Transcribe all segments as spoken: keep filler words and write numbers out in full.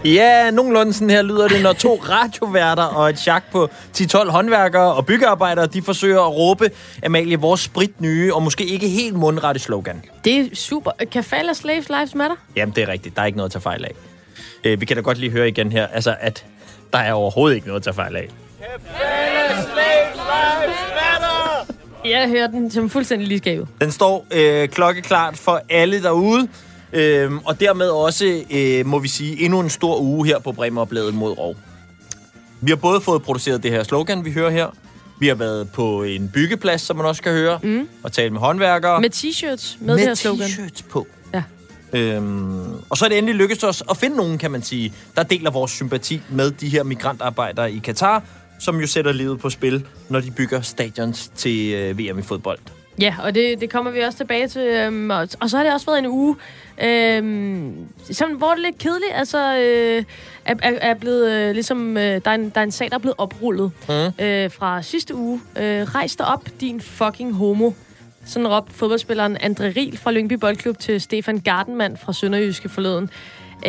Ja, nogenlunde sådan her lyder det, når to radioværter og et chak på ti til tolv håndværkere og byggearbejdere, de forsøger at råbe, Amalie, vores spritnye og måske ikke helt mundrette slogan. Det er super. Kan Fala Slaves Lives Matter? Jamen, det er rigtigt. Der er ikke noget at tage fejl af. Øh, vi kan da godt lige høre igen her, altså at der er overhovedet ikke noget at tage fejl af. Fala Slaves Lives Matter! Jeg hører den som fuldstændig lige skabet. Den står øh, klokkeklart for alle derude. Øhm, og dermed også, øh, må vi sige, endnu en stor uge her på Bremer-Bladet mod Rov. Vi har både fået produceret det her slogan, vi hører her. Vi har været på en byggeplads, som man også kan høre, mm. og talt med håndværkere. Med t-shirts med, med det her slogan. Med t-shirts på. Ja. Øhm, og så er det endelig lykkedes os at finde nogen, kan man sige, der deler vores sympati med de her migrantarbejdere i Katar, som jo sætter livet på spil, når de bygger stadions til øh, V M i fodbold. Ja, og det, det kommer vi også tilbage til. Øhm, og, og så har det også været en uge, øhm, som, hvor det er lidt kedeligt. Altså, øh, er, er, er blevet, øh, ligesom, øh, der, er en, der er en sag, der er blevet oprullet mm. øh, fra sidste uge. Øh, Rejs dig op, din fucking homo. Sådan råbte fodboldspilleren André Riel fra Lyngby Boldklub til Stefan Gardenman fra Sønderjyske forleden. Øh,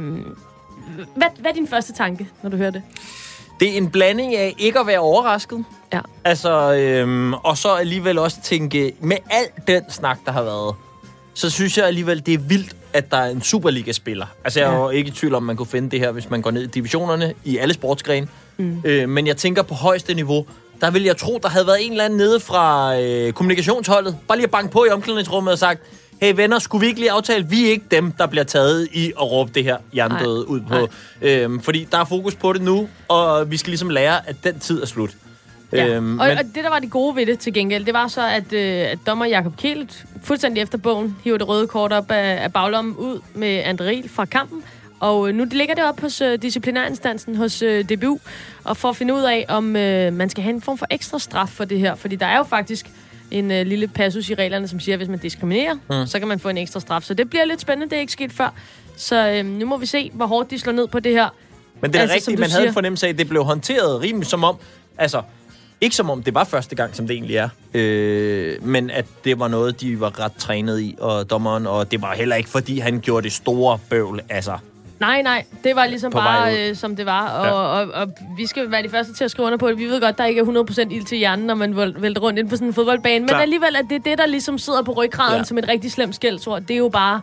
hvad, hvad er din første tanke, når du hører det? Det er en blanding af ikke at være overrasket. Ja. Altså, øhm, og så alligevel også tænke, med al den snak, der har været, så synes jeg alligevel, det er vildt, at der er en Superliga-spiller. Altså, jeg er jo ikke i tvivl om, man kunne finde det her, hvis man går ned i divisionerne i alle sportsgrene. Mm. Øh, men jeg tænker på højeste niveau, der vil jeg tro, der havde været en eller anden nede fra øh, kommunikationsholdet. Bare lige at banke på i omklædningsrummet og sagt, hey venner, skulle vi ikke lige aftale, vi er ikke dem, der bliver taget i at råbe det her jerndøde ud på. Øhm, fordi der er fokus på det nu, og vi skal ligesom lære, at den tid er slut. Ja. Øhm, og, men... og det, der var det gode ved det til gengæld, det var så, at, øh, at dommer Jakob Kjelt fuldstændig efter bogen hiver det røde kort op af, af baglommen ud med André Riel fra kampen. Og øh, nu ligger det op hos øh, disciplinærinstansen hos øh, D B U, og for at finde ud af, om øh, man skal have en form for ekstra straf for det her. Fordi der er jo faktisk en øh, lille passus i reglerne, som siger, at hvis man diskriminerer, mm. så kan man få en ekstra straf. Så det bliver lidt spændende, det er ikke sket før. Så øh, nu må vi se, hvor hårdt de slår ned på det her. Men det er altså, rigtigt, man siger... havde en fornemmelse af, at det blev håndteret rimelig som om, altså ikke som om det var første gang, som det egentlig er, øh, men at det var noget, de var ret trænet i, og dommeren, og det var heller ikke, fordi han gjorde det store bøvl, altså. Nej, nej. Det var ligesom bare, øh, som det var. Og, ja. og, og, og vi skal være de første til at skrive under på det. Vi ved godt, der ikke er hundrede procent ild til hjernen, når man vælter rundt ind på sådan en fodboldbane. Klar. Men alligevel er det det, der ligesom sidder på ryggraden ja. som et rigtig slemt skældsord. Det er jo bare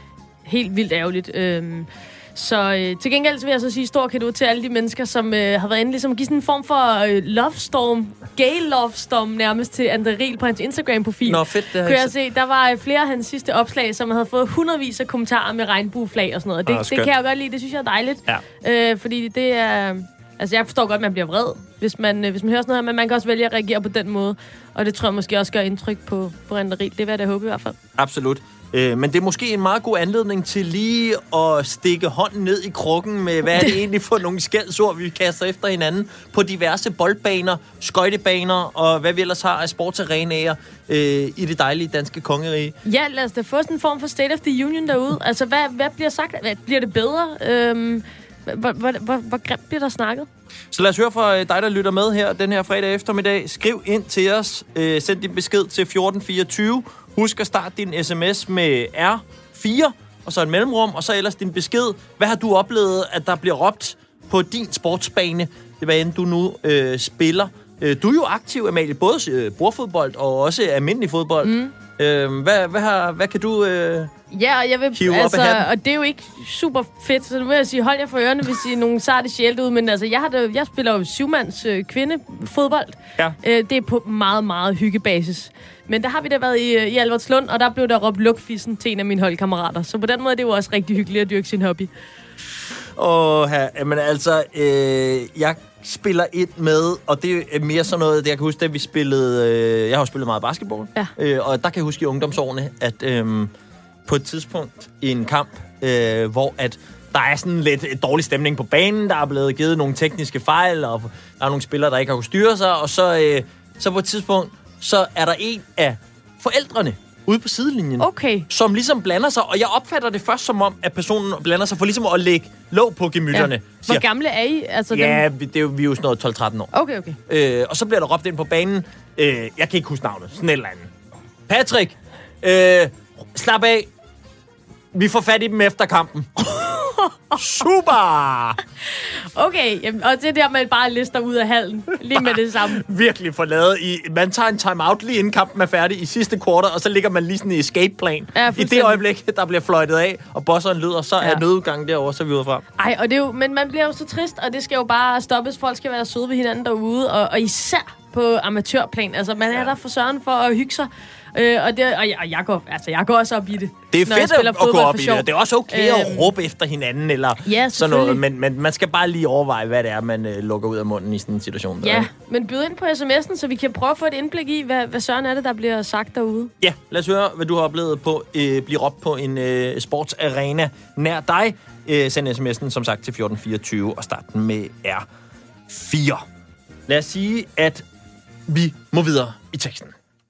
helt vildt ærgerligt. Øhm, så øh, til gengæld vil jeg så sige stor cadeau til alle de mennesker, som øh, har været inde ligesom at give sådan en form for øh, love storm, gay love storm nærmest til André Riel på hans Instagram-profil. Nå, fedt. Det kunne jeg se, der var flere af hans sidste opslag, som havde fået hundredvis af kommentarer med regnbueflag og sådan noget. Det, ah, det kan jeg jo godt lide, det synes jeg er dejligt. Ja. Øh, fordi det er... Altså, jeg forstår godt, at man bliver vred, hvis man, øh, hvis man hører sådan noget her, men man kan også vælge at reagere på den måde. Og det tror jeg måske også gør indtryk på, på André Riel. Det vil jeg da håbe i hvert fald. Absolut. Øh, men det er måske en meget god anledning til lige at stikke hånden ned i krukken med, hvad er det egentlig for nogle skældsord, vi kaster efter hinanden på diverse boldbaner, skøjtebaner og hvad vi ellers har af sportsarenaer øh, i det dejlige danske kongerige. Ja, lad os da få sådan en form for state of the union derude. Altså, hvad, hvad bliver sagt? Hvad, bliver det bedre? Øhm, hvor, hvor, hvor, hvor grimt bliver der snakket? Så lad os høre fra dig, der lytter med her den her fredag eftermiddag. Skriv ind til os. Øh, send din besked til fjorten fireogtyve. Husk at starte din sms med R fire, og så en mellemrum, og så ellers din besked. Hvad har du oplevet, at der bliver råbt på din sportsbane? Det var end du nu øh, spiller. Øh, du er jo aktiv, Amalie, både øh, bordfodbold og også almindelig fodbold. Mm. Øh, hvad, hvad, har, hvad kan du øh, ja, og jeg vil, hive altså, op af hatten? Og det er jo ikke super fedt, så nu vil jeg sige, hold jer for ørerne, hvis I er nogle sarte sjælte ud. Men altså, jeg, har det, jeg spiller jo syvmands øh, kvindefodbold. Ja. Øh, det er på meget, meget hyggebasis. Men der har vi da været i, i Albertslund, og der blev der råbt lukfissen til en af mine holdkammerater. Så på den måde det er det jo også rigtig hyggeligt at dyrke sin hobby. Åh, men altså, øh, jeg spiller et med, og det er mere sådan noget, det jeg kan huske, da vi spillede, øh, jeg har jo spillet meget basketball, ja. øh, og der kan jeg huske i ungdomsårene, at øh, på et tidspunkt i en kamp, øh, hvor at der er sådan lidt dårlig stemning på banen, der er blevet givet nogle tekniske fejl, og der er nogle spillere, der ikke har kunnet styre sig, og så, øh, så på et tidspunkt, så er der en af forældrene ude på sidelinjen, okay. som ligesom blander sig, og jeg opfatter det først som om, at personen blander sig for ligesom at lægge låg på gemytterne. Ja. Hvor siger, gamle er I? Altså, ja, dem... det er jo, vi er jo sådan noget tolv tretten år. Okay, okay. Øh, og så bliver der råbt ind på banen. Øh, jeg kan ikke huske navnet. Sådan et eller andet. Patrick, øh, slap af. Vi får fat i dem efter kampen. Super! Okay, jamen, og det er der, man bare lister ud af hallen. Lige med det samme. Virkelig for lavet i... Man tager en timeout lige inden kampen er færdig i sidste kvartal, og så ligger man lige sådan i escape-plan. Ja, I det øjeblik, der bliver fløjtet af, og bosseren lyder, så ja. er nødudgangen derovre, så er vi ude fra. Ej, og det er jo, men man bliver jo så trist, og det skal jo bare stoppes. Folk skal være søde ved hinanden derude, og, og især på amatørplan. Altså, man er ja. der for søren for at hygge sig. Øh, og, det, og, jeg, og jeg, går, altså, jeg går også op i det. Det er fedt at, at gå op i det. Det er også okay øh, at råbe efter hinanden, eller ja, sådan noget. Men, men man skal bare lige overveje, hvad det er, man øh, lukker ud af munden i sådan en situation. Ja, der. Men byd ind på sms'en, så vi kan prøve at få et indblik i, hvad, hvad søren er det, der bliver sagt derude. Ja, lad os høre, hvad du har oplevet på øh, blive råbt på en øh, sportsarena nær dig. Øh, send sms'en, som sagt, til fjorten fireogtyve, og start den med R fire. Lad os sige, at vi må videre i teksten.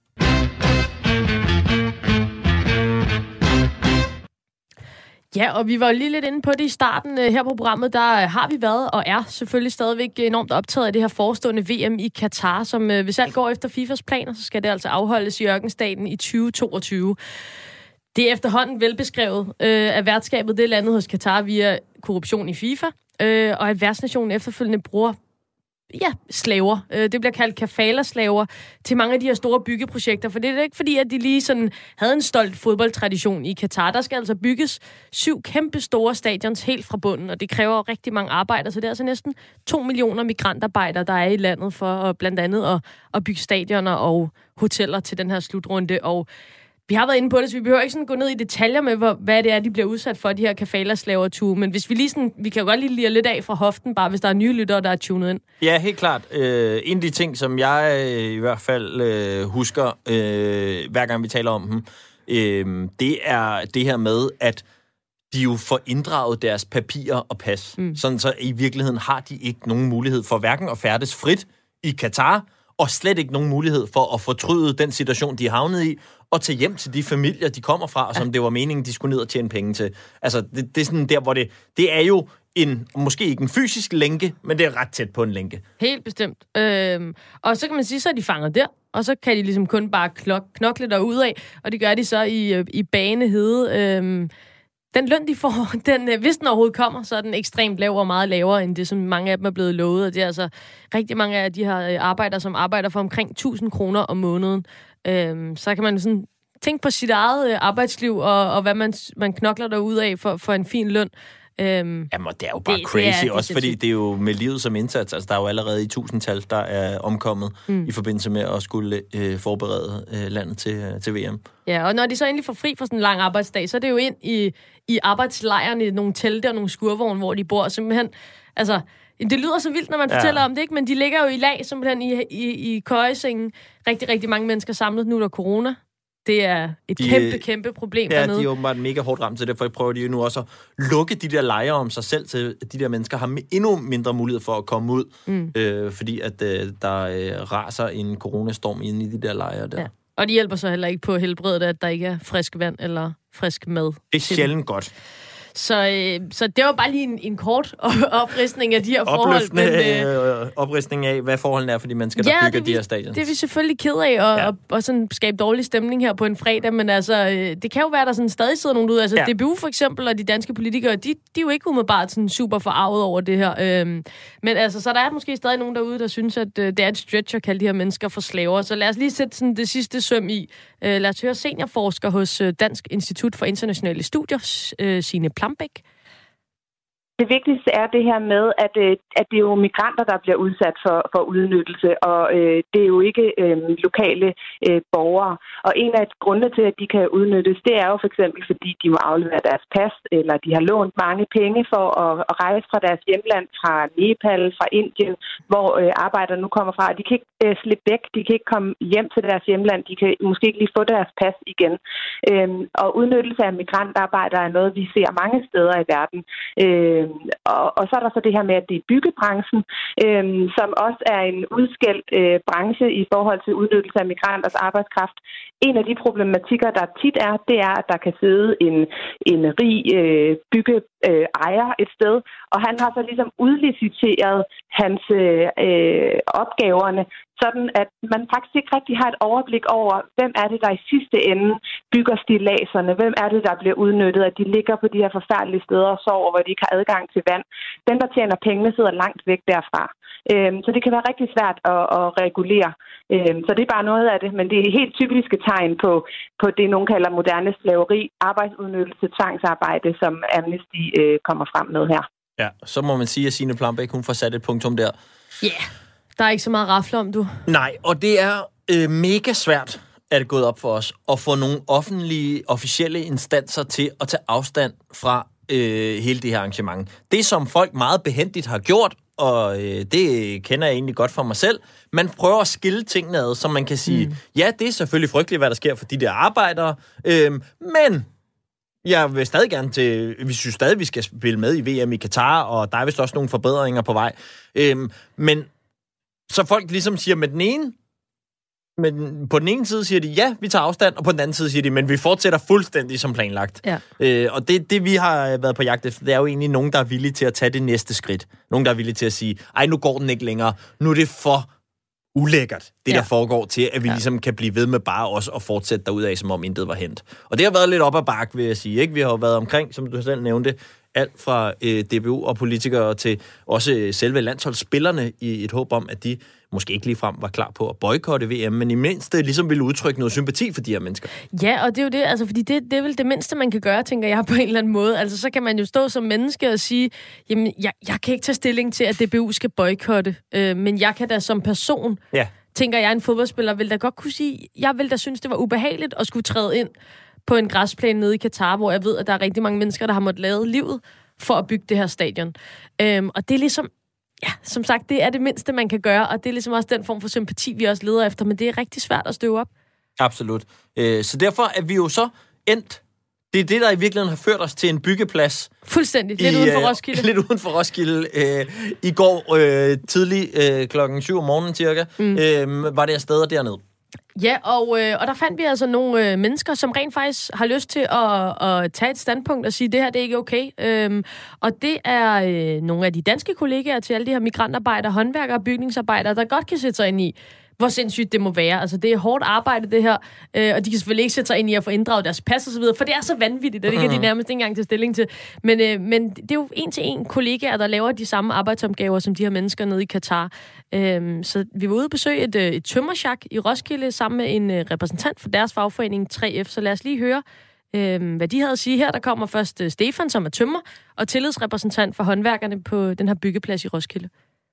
Ja, og vi var jo lige lidt inde på det i starten her på programmet. Der har vi været og er selvfølgelig stadigvæk enormt optaget af det her forestående V M i Katar, som hvis alt går efter FIFAs planer, så skal det altså afholdes i ørkenstaten i tyve toogtyve. Det er efterhånden velbeskrevet, øh, at værtskabet det er landet hos Katar via korruption i FIFA, øh, og at værtsnationen efterfølgende bruger ja, slaver. Det bliver kaldt kafala-slaver til mange af de her store byggeprojekter, for det er ikke fordi, at de lige sådan havde en stolt fodboldtradition i Katar. Der skal altså bygges syv kæmpe store stadions helt fra bunden, og det kræver rigtig mange arbejdere, så det er altså næsten to millioner migrantarbejdere, der er i landet for blandt andet at, at bygge stadioner og hoteller til den her slutrunde, og vi har været inde på det, så vi behøver ikke sådan gå ned i detaljer med, hvor, hvad det er, de bliver udsat for, de her kafala-slaver-ture. Men hvis vi lige sådan, vi kan jo godt lige lide lidt af fra hoften, bare hvis der er nye lyttere, der er tunet ind. Ja, helt klart. Øh, en af de ting, som jeg øh, i hvert fald øh, husker, øh, hver gang vi taler om dem, øh, det er det her med, at de jo får inddraget deres papirer og pas. Mm. Sådan så i virkeligheden har de ikke nogen mulighed for hverken at færdes frit i Katar, og slet ikke nogen mulighed for at fortryde den situation, de er havnet i, og tage hjem til de familier, de kommer fra, og som ja. det var meningen, de skulle ned og tjene penge til. Altså, det, det er sådan der, hvor det... Det er jo en, måske ikke en fysisk lænke, men det er ret tæt på en lænke. Helt bestemt. Øhm, og så kan man sige, så er de fanget der, og så kan de ligesom kun bare klok, knokle derudad, og det gør de så i, i banehede. Øhm, den løn, de får, den, hvis den overhovedet kommer, så er den ekstremt lav og meget lavere, end det, som mange af dem er blevet lovet. Og det er altså rigtig mange af de her arbejdere, som arbejder for omkring tusind kroner om måneden. Øhm, så kan man sådan tænke på sit eget arbejdsliv, og, og hvad man, man knokler derudad for, for en fin løn. Øhm, Jamen, det er jo bare det, crazy, det er, også det fordi det er jo med livet som indsats. Altså, der er jo allerede i tusindtal, der er omkommet mm. i forbindelse med at skulle øh, forberede øh, landet til, øh, til V M. Ja, og når de så endelig får fri fra sådan en lang arbejdsdag, så er det jo ind i, i arbejdslejrene, i nogle telte og nogle skurvogne, hvor de bor. Simpelthen, altså, det lyder så vildt, når man ja. fortæller om det, ikke? Men de ligger jo i lag, simpelthen i, i, i køjesengen. Rigtig, rigtig mange mennesker samlet. Nu er der corona. Det er et de, kæmpe, kæmpe problem ja, dernede. Ja, de er åbenbart mega hårdt ramt til det, for jeg prøver de jo nu også at lukke de der lejre om sig selv, til de der mennesker har endnu mindre mulighed for at komme ud, mm. øh, fordi at øh, der øh, raser en coronastorm inde i de der lejre der. Ja. Og de hjælper så heller ikke på helbredet, at der ikke er frisk vand eller frisk mad. Det er sjældent godt. Så, øh, så det var bare lige en, en kort opristning af de her forhold. Men, øh, opristning af, hvad forholdene er for de mennesker, der ja, bygger de her stadions. Det er vi selvfølgelig ked af, og, ja. og, og sådan skabe dårlig stemning her på en fredag, men altså, øh, det kan jo være, der sådan stadig sidder nogen ude. Altså, ja. D B U for eksempel, og de danske politikere, de, de er jo ikke umiddelbart sådan super forarvet over det her. Øh, men altså, så der er måske stadig nogen derude, der synes, at øh, det er et stretch at kalde de her mennesker for slaver. Så lad os lige sætte sådan det sidste søm i. Øh, lad os høre seniorforsker hos øh, Dansk Institut for Internationale Studier, øh, Signe Plambæk. Det vigtigste er det her med, at, at det er jo migranter, der bliver udsat for, for udnyttelse, og øh, det er jo ikke øh, lokale øh, borgere. Og en af grundene til, at de kan udnyttes, det er jo for eksempel, fordi de må aflevere deres pas, eller de har lånt mange penge for at, at rejse fra deres hjemland, fra Nepal, fra Indien, hvor øh, arbejdere nu kommer fra. De kan ikke øh, slippe væk, de kan ikke komme hjem til deres hjemland, de kan måske ikke lige få deres pas igen. Øh, og udnyttelse af migrantarbejdere er noget, vi ser mange steder i verden. Øh, Og, og så er der så det her med, at det er byggebranchen, øh, som også er en udskældt øh, branche i forhold til udnyttelse af migranters arbejdskraft. En af de problematikker, der tit er, det er, at der kan sidde en, en rig øh, byggeejer øh, et sted, og han har så ligesom udliciteret hans øh, opgaverne sådan at man faktisk ikke rigtig har et overblik over, hvem er det, der i sidste ende bygger stilladserne, hvem er det, der bliver udnyttet, at de ligger på de her forfærdelige steder og sover, hvor de ikke har adgang til vand. Den, der tjener pengene, sidder langt væk derfra. Øhm, så det kan være rigtig svært at, at regulere. Øhm, så det er bare noget af det, men det er helt typiske tegn på, på det, nogen kalder moderne slaveri, arbejdsudnyttelse, tvangsarbejde, som Amnesty øh, kommer frem med her. Ja, så må man sige, at Signe Plambæk, hun får sat et punktum der. Ja, yeah. Der er ikke så meget rafle om, du. Nej, og det er øh, mega svært, at det gået op for os, at få nogle offentlige, officielle instanser til at tage afstand fra øh, hele det her arrangement. Det, som folk meget behændigt har gjort, og øh, det kender jeg egentlig godt for mig selv, man prøver at skille tingene ad, så man kan sige, mm. ja, det er selvfølgelig frygteligt, hvad der sker for de der arbejdere, øh, men jeg vil stadig gerne til, vi synes stadig, vi skal spille med i V M i Katar, og der er vist også nogle forbedringer på vej. Øh, men så folk ligesom siger med den ene, men på den ene side siger de, ja, vi tager afstand, og på den anden side siger de, men vi fortsætter fuldstændig som planlagt. Ja. Øh, og det, det, vi har været på jagt efter, det er jo egentlig nogen, der er villige til at tage det næste skridt. Nogen, der er villige til at sige, ej, nu går den ikke længere. Nu er det for ulækkert, det ja. der foregår, til at vi ja. ligesom kan blive ved med bare også at fortsætte derudad, som om intet var hent. Og det har været lidt op ad bakke, vil jeg sige. Ikke? Vi har jo været omkring, som du selv nævnte, alt fra øh, D B U og politikere til også øh, selve landsholdsspillerne i et håb om, at de måske ikke ligefrem var klar på at boykotte V M, men i mindste ligesom ville udtrykke noget sympati for de her mennesker. Ja, og det er jo det, altså, fordi det, det er vel det mindste, man kan gøre, tænker jeg, på en eller anden måde. Altså, så kan man jo stå som menneske og sige, jamen, jeg, jeg kan ikke tage stilling til, at D B U skal boykotte, øh, men jeg kan da som person, ja. tænker jeg, en fodboldspiller, vil da godt kunne sige, jeg vil da synes, det var ubehageligt at skulle træde ind på en græsplæne nede i Katar, hvor jeg ved, at der er rigtig mange mennesker, der har måttet lade livet for at bygge det her stadion. Øhm, og det er ligesom, ja, som sagt, det er det mindste, man kan gøre, og det er ligesom også den form for sympati, vi også leder efter, men det er rigtig svært at støve op. Absolut. Øh, så derfor er vi jo så endt. Det er det, der i virkeligheden har ført os til en byggeplads. Fuldstændig. Lidt i, uden for Roskilde. Øh, lidt uden for Roskilde. Øh, I går øh, tidlig, øh, klokken syv om morgenen cirka, mm. øh, var det afsted dernede. Ja, og, øh, og der fandt vi altså nogle øh, mennesker, som rent faktisk har lyst til at, at tage et standpunkt og sige, det her det er ikke okay. Øhm, og det er øh, nogle af de danske kollegaer til alle de her migrantarbejdere, håndværkere og bygningsarbejdere, der godt kan sætte sig ind i, hvor sindssygt det må være. Altså, det er hårdt arbejde, det her, øh, og de kan selvfølgelig ikke sætte sig ind i at få inddraget deres pas og så videre, for det er så vanvittigt, og det kan de nærmest ikke engang tage stilling til. Men, øh, men det er jo en til en kollegaer, der laver de samme arbejdsopgaver, som de her mennesker nede i Katar. Øh, så vi var ude at besøge et, et tømmersjak i Roskilde, sammen med en øh, repræsentant for deres fagforening tre F, så lad os lige høre, øh, hvad de havde at sige her. Der kommer først øh, Stefan, som er tømmer, og tillidsrepræsentant for håndværkerne på den her byggeplads i Roskilde.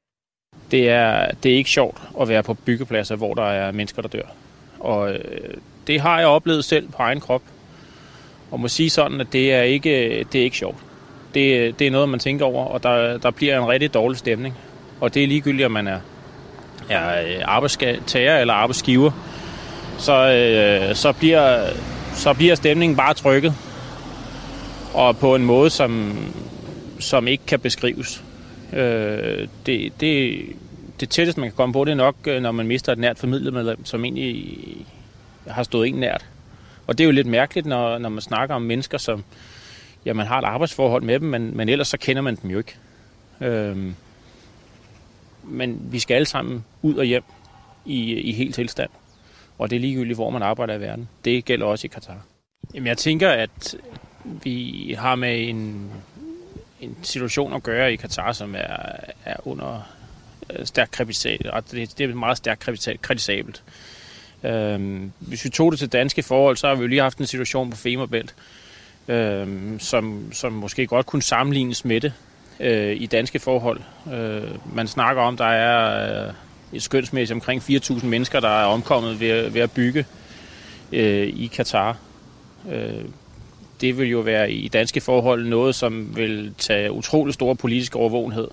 Det er, det er ikke sjovt at være på byggepladser, hvor der er mennesker, der dør. Og øh, det har jeg oplevet selv på egen krop. Og må sige sådan, at det er ikke, det er ikke sjovt. Det, det er noget, man tænker over, og der, der bliver en rigtig dårlig stemning. Og det er ligegyldigt, om man er, er arbejdstager eller arbejdsgiver. Så, øh, så, bliver, så bliver stemningen bare trykket. Og på en måde, som, som ikke kan beskrives. Øh, det, det, det tætteste, man kan komme på, det er nok, når man mister et nært familiemedlem, som egentlig har stået en nært. Og det er jo lidt mærkeligt, når, når man snakker om mennesker, som ja, man har et arbejdsforhold med dem, men, men ellers så kender man dem jo ikke. Øh, men vi skal alle sammen ud og hjem i, i helt tilstand. Og det er ligegyldigt, hvor man arbejder i verden. Det gælder også i Katar. Jamen, jeg tænker, at vi har med en... en situation at gøre i Katar, som er, er under stærkt kritisabelt. Det, det er meget stærkt kritisabelt. Øhm, hvis vi tog det til danske forhold, så har vi jo lige haft en situation på Femern-Bælt, øhm, som, som måske godt kunne sammenlignes med det øh, i danske forhold. Øh, man snakker om, der er øh, et skønsmæssigt omkring fire tusind mennesker, der er omkommet ved, ved at bygge øh, i Katar. Øh, Det vil jo være i danske forhold noget, som vil tage utrolig stor politisk overvågenhed.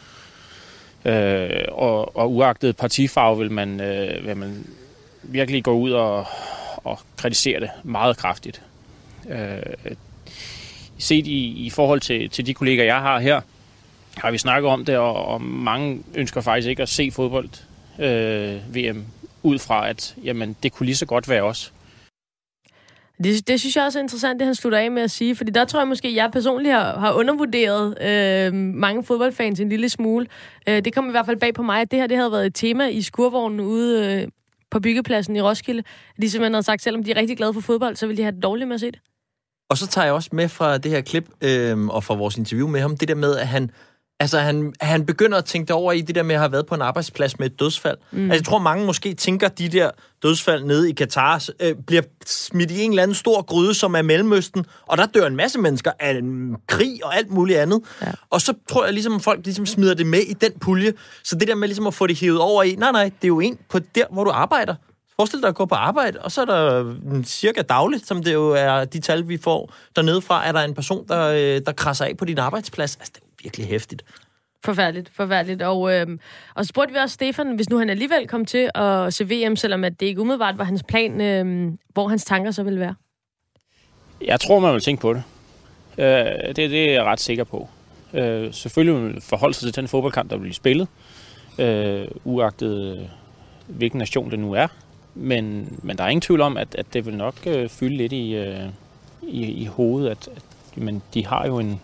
Øh, og, og uagtet partifarve vil man, øh, vil man virkelig gå ud og, og kritisere det meget kraftigt. Øh, set i, i forhold til, til de kolleger, jeg har her, har vi snakket om det, og, og mange ønsker faktisk ikke at se fodbold øh, V M ud fra, at jamen, det kunne lige så godt være os. Det, det synes jeg også er interessant, det han slutter af med at sige, fordi der tror jeg måske, at jeg personligt har, har undervurderet øh, mange fodboldfans en lille smule. Øh, det kom i hvert fald bag på mig, at det her det havde været et tema i skurvognen ude øh, på byggepladsen i Roskilde. De simpelthen havde sagt, selvom de er rigtig glade for fodbold, så vil de have det dårligt med at se det. Og så tager jeg også med fra det her klip, øh, og fra vores interview med ham, det der med, at han Altså, han, han begynder at tænke over i det der med at have været på en arbejdsplads med et dødsfald. Mm. Altså, jeg tror, mange måske tænker, de der dødsfald nede i Katar øh, bliver smidt i en eller anden stor gryde, som er Mellemøsten, og der dør en masse mennesker af en krig og alt muligt andet. Ja. Og så tror jeg ligesom, at folk ligesom smider det med i den pulje. Så det der med ligesom at få det hævet over i, nej, nej, det er jo en på der, hvor du arbejder. Forestil dig at gå på arbejde, og så er der cirka dagligt, som det jo er de tal, vi får dernede fra, er der en person, der, der krasser af på din arbejdsplads. Altså, det er virkelig hæftigt. Forfærdeligt, forfærdeligt. Og, øh, og så spurgte vi også Stefan, hvis nu han alligevel kom til at se V M, selvom at det ikke umiddelbart var hans plan, øh, hvor hans tanker så ville være. Jeg tror, man vil tænke på det. Øh, det, det er jeg ret sikker på. Øh, selvfølgelig vil man forholde sig til den fodboldkamp, der bliver spillet, øh, uagtet hvilken nation det nu er. Men, men der er ingen tvivl om, at, at det vil nok øh, fylde lidt i, øh, i, i hovedet, at, at men de har jo en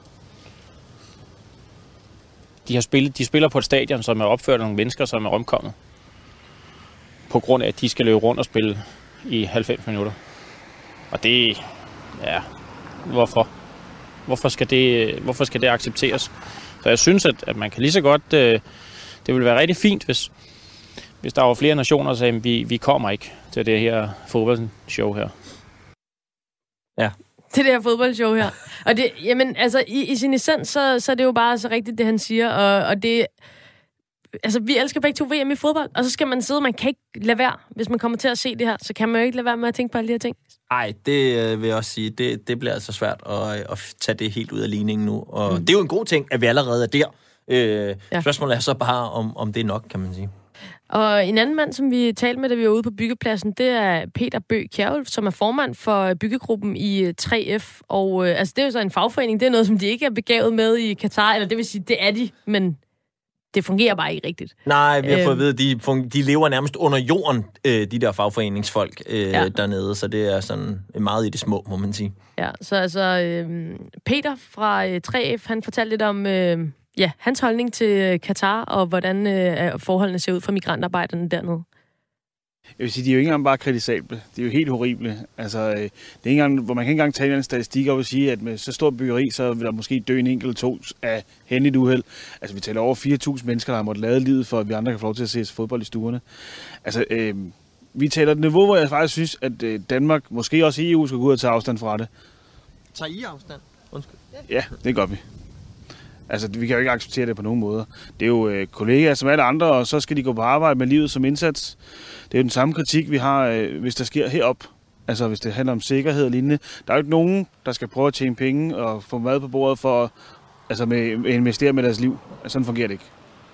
De, har spillet, de spiller på et stadion, som er opført af nogle mennesker, som er omkommet. På grund af, at de skal løbe rundt og spille i halvfems minutter. Og det... Ja... Hvorfor? Hvorfor skal det, hvorfor skal det accepteres? Så jeg synes, at, at man kan lige så godt... Øh, det ville være rigtig fint, hvis, hvis der var flere nationer, der sagde, at vi, vi kommer ikke til det her fodboldshow her. Ja. Til det her fodboldshow her. Og det, jamen, altså, i, i sin essens, så, så er det jo bare så rigtigt, det han siger, og, og det... Altså, vi elsker begge to V M i fodbold, og så skal man sidde, man kan ikke lade være. Hvis man kommer til at se det her, så kan man jo ikke lade være med at tænke på alle de her ting. Nej, det øh, vil jeg også sige, det, det bliver altså svært at, at tage det helt ud af ligningen nu. Og mm. det er jo en god ting, at vi allerede er der. Øh, ja. Spørgsmålet er så bare, om, om det er nok, kan man sige. Og en anden mand, som vi talte med, da vi var ude på byggepladsen, det er Peter Bøgh Kjærulf, som er formand for byggegruppen i tre F. Og øh, altså, det er jo så en fagforening, det er noget, som de ikke er begavet med i Katar, eller det vil sige, det er de, men det fungerer bare ikke rigtigt. Nej, vi har fået at vide, at de, fun- de lever nærmest under jorden, øh, de der fagforeningsfolk øh, ja. dernede, så det er sådan meget i det små, må man sige. Ja, så altså øh, Peter fra øh, tre F, han fortalte lidt om... Øh, Ja, hans holdning til Katar, og hvordan øh, forholdene ser ud for migrantarbejderne dernede. Jeg vil sige, de er jo ikke engang bare kritisable. De er jo helt horrible. Altså, øh, det er ikke engang, hvor man kan ikke engang tage en statistik op og sige, at med så stor byggeri, så vil der måske dø en enkelt eller to af hændeligt uheld. Altså, vi taler over fire tusind mennesker, der har måttet lade livet, for at vi andre kan få lov til at se fodbold i stuerne. Altså, øh, vi taler et niveau, hvor jeg faktisk synes, at øh, Danmark, måske også E U, skal gå ud og tage afstand fra det. Tager I afstand? Undskyld. Ja, det gør vi. Altså, vi kan jo ikke acceptere det på nogen måde. Det er jo øh, kollegaer som alle andre, og så skal de gå på arbejde med livet som indsats. Det er jo den samme kritik, vi har, øh, hvis der sker herop. Altså, hvis det handler om sikkerhed og lignende. Der er jo ikke nogen, der skal prøve at tjene penge og få mad på bordet for altså med, at investere med deres liv. Altså, sådan fungerer det ikke.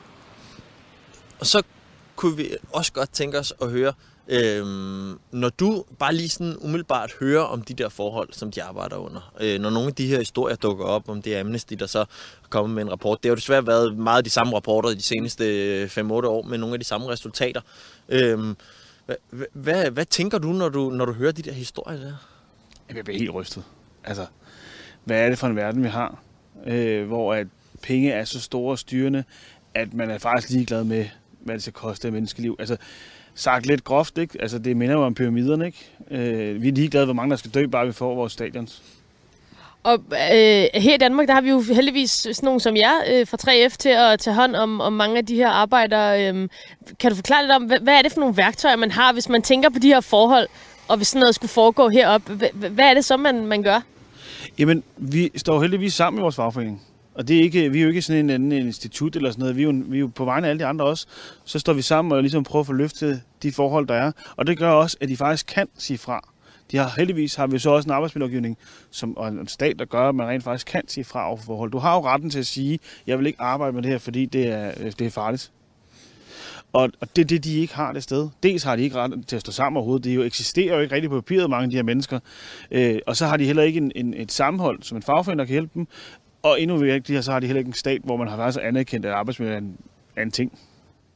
Og så kunne vi også godt tænke os at høre, Øhm, når du bare lige sådan umiddelbart hører om de der forhold, som de arbejder under, øh, når nogle af de her historier dukker op, om det er Amnesty, der så kommer med en rapport, det har jo desværre været meget de samme rapporter de seneste fem otte år, med nogle af de samme resultater. Øhm, hvad, hvad, hvad tænker du når, du, når du hører de der historier der? Jeg bliver helt rystet. Altså, hvad er det for en verden, vi har, øh, hvor at penge er så store og styrende, at man er faktisk ligeglad med, hvad det skal koste af menneskeliv. Altså, sagt lidt groft, ikke? Altså, det minder jo om pyramiderne, ikke? Øh, vi er ligeglade, hvor mange der skal dø, bare vi får vores stadions. Og øh, her i Danmark, der har vi jo heldigvis sådan nogle som jer øh, fra tre F til at tage hånd om, om mange af de her arbejdere. Øh, kan du forklare lidt om, hvad, hvad er det for nogle værktøjer, man har, hvis man tænker på de her forhold, og hvis sådan noget skulle foregå heroppe? H- hvad er det så, man, man gør? Jamen, vi står heldigvis sammen i vores fagforening. Og det er ikke, vi er jo ikke sådan en anden institut eller sådan noget. Vi er, jo, vi er jo på vegne af alle de andre også. Så står vi sammen og ligesom prøver at få løftet de forhold, der er. Og det gør også, at de faktisk kan sige fra. De har heldigvis har vi så også en arbejdsmiljølovgivning som, og en stat, der gør, at man rent faktisk kan sige fra over for forhold. Du har jo retten til at sige, jeg vil ikke arbejde med det her, fordi det er, det er farligt. Og, og det er det, de ikke har det sted. Dels har de ikke retten til at stå sammen overhovedet. Det jo eksisterer jo ikke rigtig på papiret, mange af de her mennesker. Øh, og så har de heller ikke en, en, et sammenhold, som en fagforening, der kan hjælpe dem. Og endnu vigtigere, så har de heller ikke en stat, hvor man har faktisk anerkendt, at arbejdsmiljø er en, er en ting.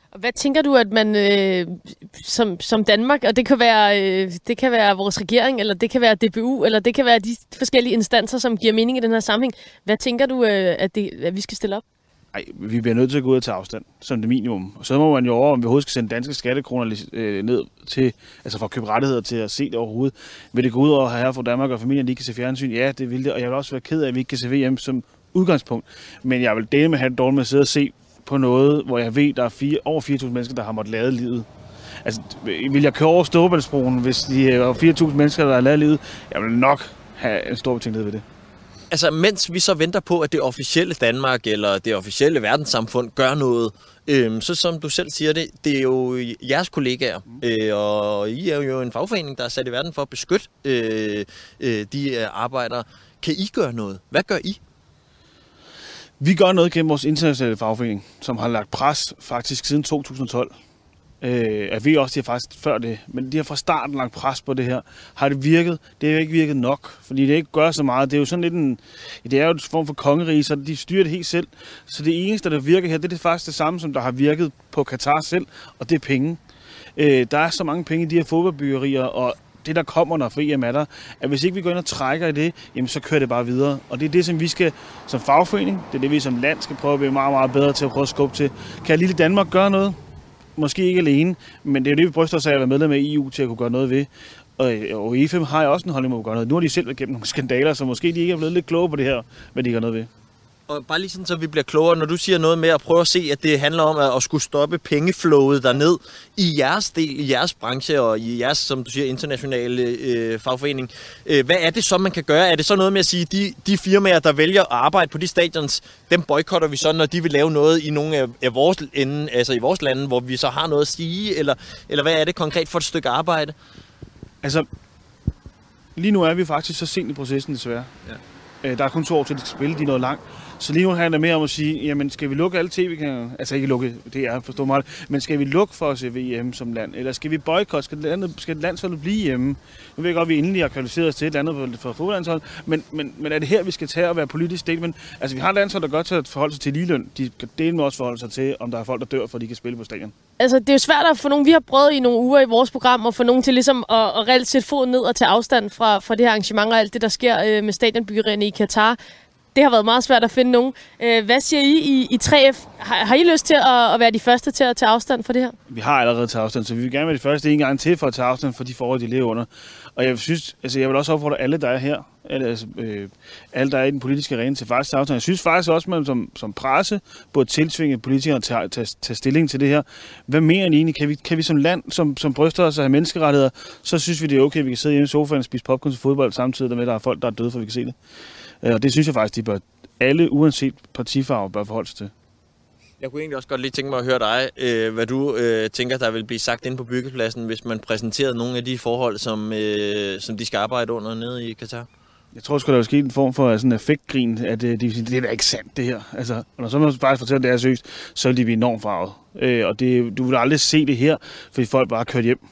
Hvad tænker du, at man øh, som, som Danmark, og det kan, være, øh, det kan være vores regering, eller det kan være D B U, eller det kan være de forskellige instanser, som giver mening i den her sammenhæng. Hvad tænker du, øh, at, det, at vi skal stille op? Nej, vi bliver nødt til at gå ud og tage afstand, som det minimum. Og så må man jo over, om vi overhovedet skal sende danske skattekroner øh, ned til, altså for at købe rettigheder til at se det overhovedet. Vil det gå ud over her fra Danmark og familien lige kan se fjernsyn? Ja, det vil det. Og jeg vil også være ked af, at vi ikke kan se V M som udgangspunkt. Men jeg vil dele med at have det dårligt med at sidde og se på noget, hvor jeg ved, der er fire, over fire tusind mennesker, der har måttet lade livet. Altså, vil jeg køre over Storebæltsbroen, hvis de var fire tusind mennesker, der har lavet livet? Jeg vil nok have en stor betænkelighed ved det. Altså, mens vi så venter på, at det officielle Danmark eller det officielle verdenssamfund gør noget, øhm, så som du selv siger det, det er jo jeres kollegaer, øh, og I er jo en fagforening, der er sat i verden for at beskytte øh, øh, de arbejdere. Kan I gøre noget? Hvad gør I? Vi gør noget gennem vores internationale fagforening, som har lagt pres faktisk siden to tusind og tolv. Øh, jeg ved også, de har faktisk før det, men de har fra starten lagt pres på det her. Har det virket? Det har jo ikke virket nok, fordi det ikke gør så meget. Det er jo sådan lidt en, det er jo en form for kongerige, så de styrer det helt selv. Så det eneste, der virker her, det er det faktisk det samme, som der har virket på Katar selv, og det er penge. Øh, der er så mange penge i de her fodboldbyggerier, og det, der kommer, når V M er der, at hvis ikke vi går ind og trækker i det, jamen så kører det bare videre. Og det er det, som vi skal som fagforening, det er det, vi som land skal prøve at blive meget, meget bedre til at prøve at skubbe til. Kan lille Danmark gøre noget? Måske ikke alene, men det er jo det, vi bryster os af at være medlem af E U til at kunne gøre noget ved. Og, og E F M har jeg også en holdning om at gøre noget. Nu har de selv været gennem nogle skandaler, så måske de ikke er blevet lidt kloge på det her, hvad de gør noget ved. Og bare lige sådan, så vi bliver klogere, når du siger noget med at prøve at se, at det handler om at, at skulle stoppe pengeflowet derned i jeres del, i jeres branche og i jeres, som du siger, internationale øh, fagforening. Øh, hvad er det så, man kan gøre? Er det så noget med at sige, de, de firmaer, der vælger at arbejde på de stadions, dem boykotter vi så, når de vil lave noget i nogle af, af vores ende, altså i vores lande, hvor vi så har noget at sige? Eller, eller hvad er det konkret for et stykke arbejde? Altså, lige nu er vi faktisk så sent i processen desværre. Ja. Der er kun to år til, at de skal spille, de er noget langt. Så lige nu handler det mere om at sige, jamen skal vi lukke alle tv-kanaler? Altså ikke lukke, det er forstå mig, men skal vi lukke for at se V M som land? Eller skal vi boykotte? Skal, landet, skal landsholdet blive hjemme? Nu ved jeg godt, at vi endelig har kvalificeret os til et landet for fodboldlandshold, men, men, men er det her, vi skal tage og være politisk statement? Altså vi har landshold, der godt til at forholde sig til ligeløn. De kan dele med også forholde sig til, om der er folk, der dør, for de kan spille på stadion. Altså, det er jo svært at få nogen, vi har prøvet i nogle uger i vores program, at få nogen til ligesom at, at reelt sætte foden ned og tage afstand fra, fra det her arrangement og alt det, der sker øh, med stadionbyggerierne i Katar. Det har været meget svært at finde nogen. Øh, hvad siger I i, i tre F? Har, har I lyst til at, at være de første til at tage afstand for det her? Vi har allerede taget afstand, så vi vil gerne være de første en gang til for at tage afstand for de forhold, de lever under. Og jeg synes, altså jeg vil også opfordre alle, der er her, alle, altså, øh, alle der er i den politiske arena til faktisk afstand. Jeg synes faktisk også, at man som, som presse burde tiltvinge politikere til at tage, tage stilling til det her. Hvad mener I egentlig? Kan vi, kan vi som land, som, som bryster os af menneskerettigheder, så synes vi, det er okay, at vi kan sidde hjemme i sofaen og spise popcorn til fodbold samtidig med, at der er folk, der er døde, for vi kan se det. Og det synes jeg faktisk, de bør, alle uanset partifarve bør forholde sig til. Jeg kunne egentlig også godt lige tænke mig at høre dig, øh, hvad du øh, tænker, der vil blive sagt inde på byggepladsen, hvis man præsenterede nogle af de forhold, som, øh, som de skal arbejde under nede i Katar. Jeg tror sgu, der vil ske en form for sådan en effektgrin, at øh, de vil sige, det er da ikke sandt, det her. Altså, og når så man faktisk fortæller, at det er seriøst, så vil de blive enormt farvet. Øh, og det, du vil aldrig se det her, fordi folk bare har kørt hjem.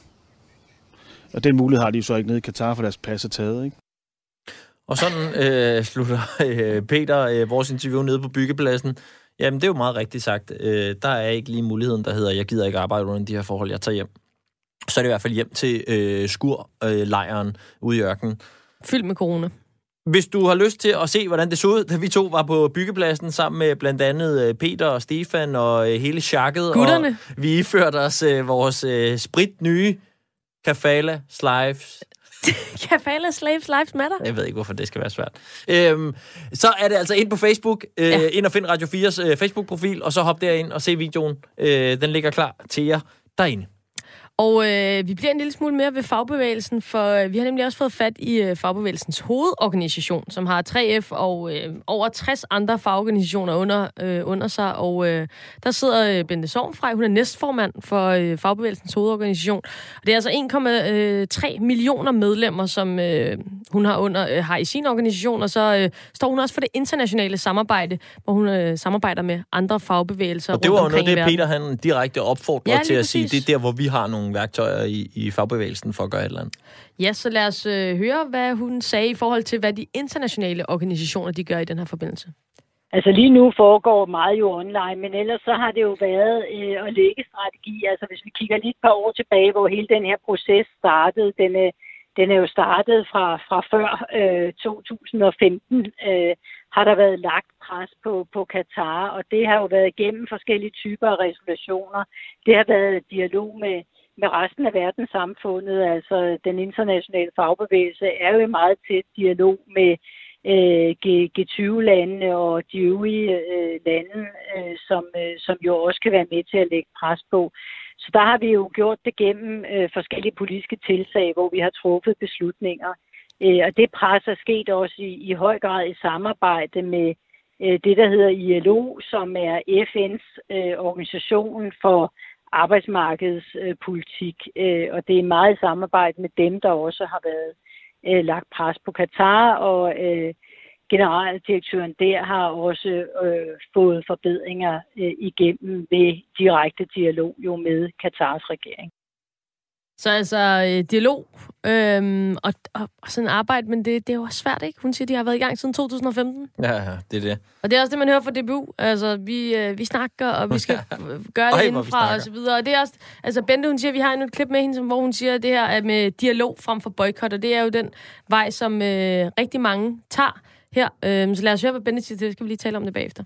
Og den mulighed har de jo så ikke nede i Katar, for deres pas er taget, ikke? Og sådan øh, slutter øh, Peter øh, vores interview nede på byggepladsen. Jamen, det er jo meget rigtigt sagt. Øh, der er ikke lige muligheden, der hedder, jeg gider ikke arbejde under de her forhold, jeg tager hjem. Så er det i hvert fald hjem til øh, skurlejren øh, ude i ørkenen. Fyldt med corona. Hvis du har lyst til at se, hvordan det så ud, da vi to var på byggepladsen sammen med blandt andet Peter og Stefan og øh, hele sjakket. Gutterne. Og vi iførte os øh, vores øh, sprit nye Kafala Slaves. Kafala Slaves Lives Matter? Jeg ved ikke, hvorfor det skal være svært. Øhm, så er det altså ind på Facebook. Øh, ja. Ind og find Radio fires øh, Facebook-profil, og så hop derind og se videoen. Øh, den ligger klar til jer derinde. Og øh, vi bliver en lille smule mere ved fagbevægelsen, for øh, vi har nemlig også fået fat i øh, fagbevægelsens hovedorganisation, som har tre F og øh, over tres andre fagorganisationer under, øh, under sig. Og øh, der sidder øh, Bente Sorgenfrey, hun er næstformand for øh, fagbevægelsens hovedorganisation. Og det er altså en komma tre millioner medlemmer, som øh, hun har, under, øh, har i sin organisation. Og så øh, står hun også for det internationale samarbejde, hvor hun øh, samarbejder med andre fagbevægelser. Og det var jo noget, det Peter han direkte opfordrer ja, til at præcis. sige, det er der, hvor vi har nogle værktøjer i, i fagbevægelsen for at gøre et eller andet. Ja, så lad os øh, høre, hvad hun sagde i forhold til, hvad de internationale organisationer de gør i den her forbindelse. Altså lige nu foregår meget jo online, men ellers så har det jo været øh, at lægge strategi. Altså hvis vi kigger lige et par år tilbage, hvor hele den her proces startede, den er, den er jo startet fra, fra før øh, to tusind og femten, øh, har der været lagt pres på, på Katar, og det har jo været igennem forskellige typer af resolutioner. Det har været dialog med, med resten af verdenssamfundet, altså den internationale fagbevægelse er jo i meget tæt dialog med G tyve-landene og de øvrige øh, lande, øh, som, øh, som jo også kan være med til at lægge pres på. Så der har vi jo gjort det gennem øh, forskellige politiske tiltag, hvor vi har truffet beslutninger. Øh, og det pres er sket også i, i høj grad i samarbejde med øh, det, der hedder I L O, som er F N's øh, organisation for arbejdsmarkedspolitik. Øh, og det er meget i samarbejde med dem, der også har været Øh, lagt pres på Katar, og øh, generaldirektøren der har også øh, fået forbedringer øh, igennem ved direkte dialog jo med Katars regering. Så altså øh, dialog øhm, og, og, og sådan arbejde, men det, det er jo også svært, ikke? Hun siger, de har været i gang siden to tusind og femten. Ja, ja, det er det. Og det er også det, man hører fra D B U. Altså, vi, øh, vi snakker, og vi skal gøre det indenfra, og så videre. Og det er også, altså Bente, hun siger, vi har endnu et klip med hende, hvor hun siger det her med dialog frem for boykot, og det er jo den vej, som øh, rigtig mange tager her. Øh, så lad os høre, hvad Bente siger til det. Skal vi lige tale om det bagefter.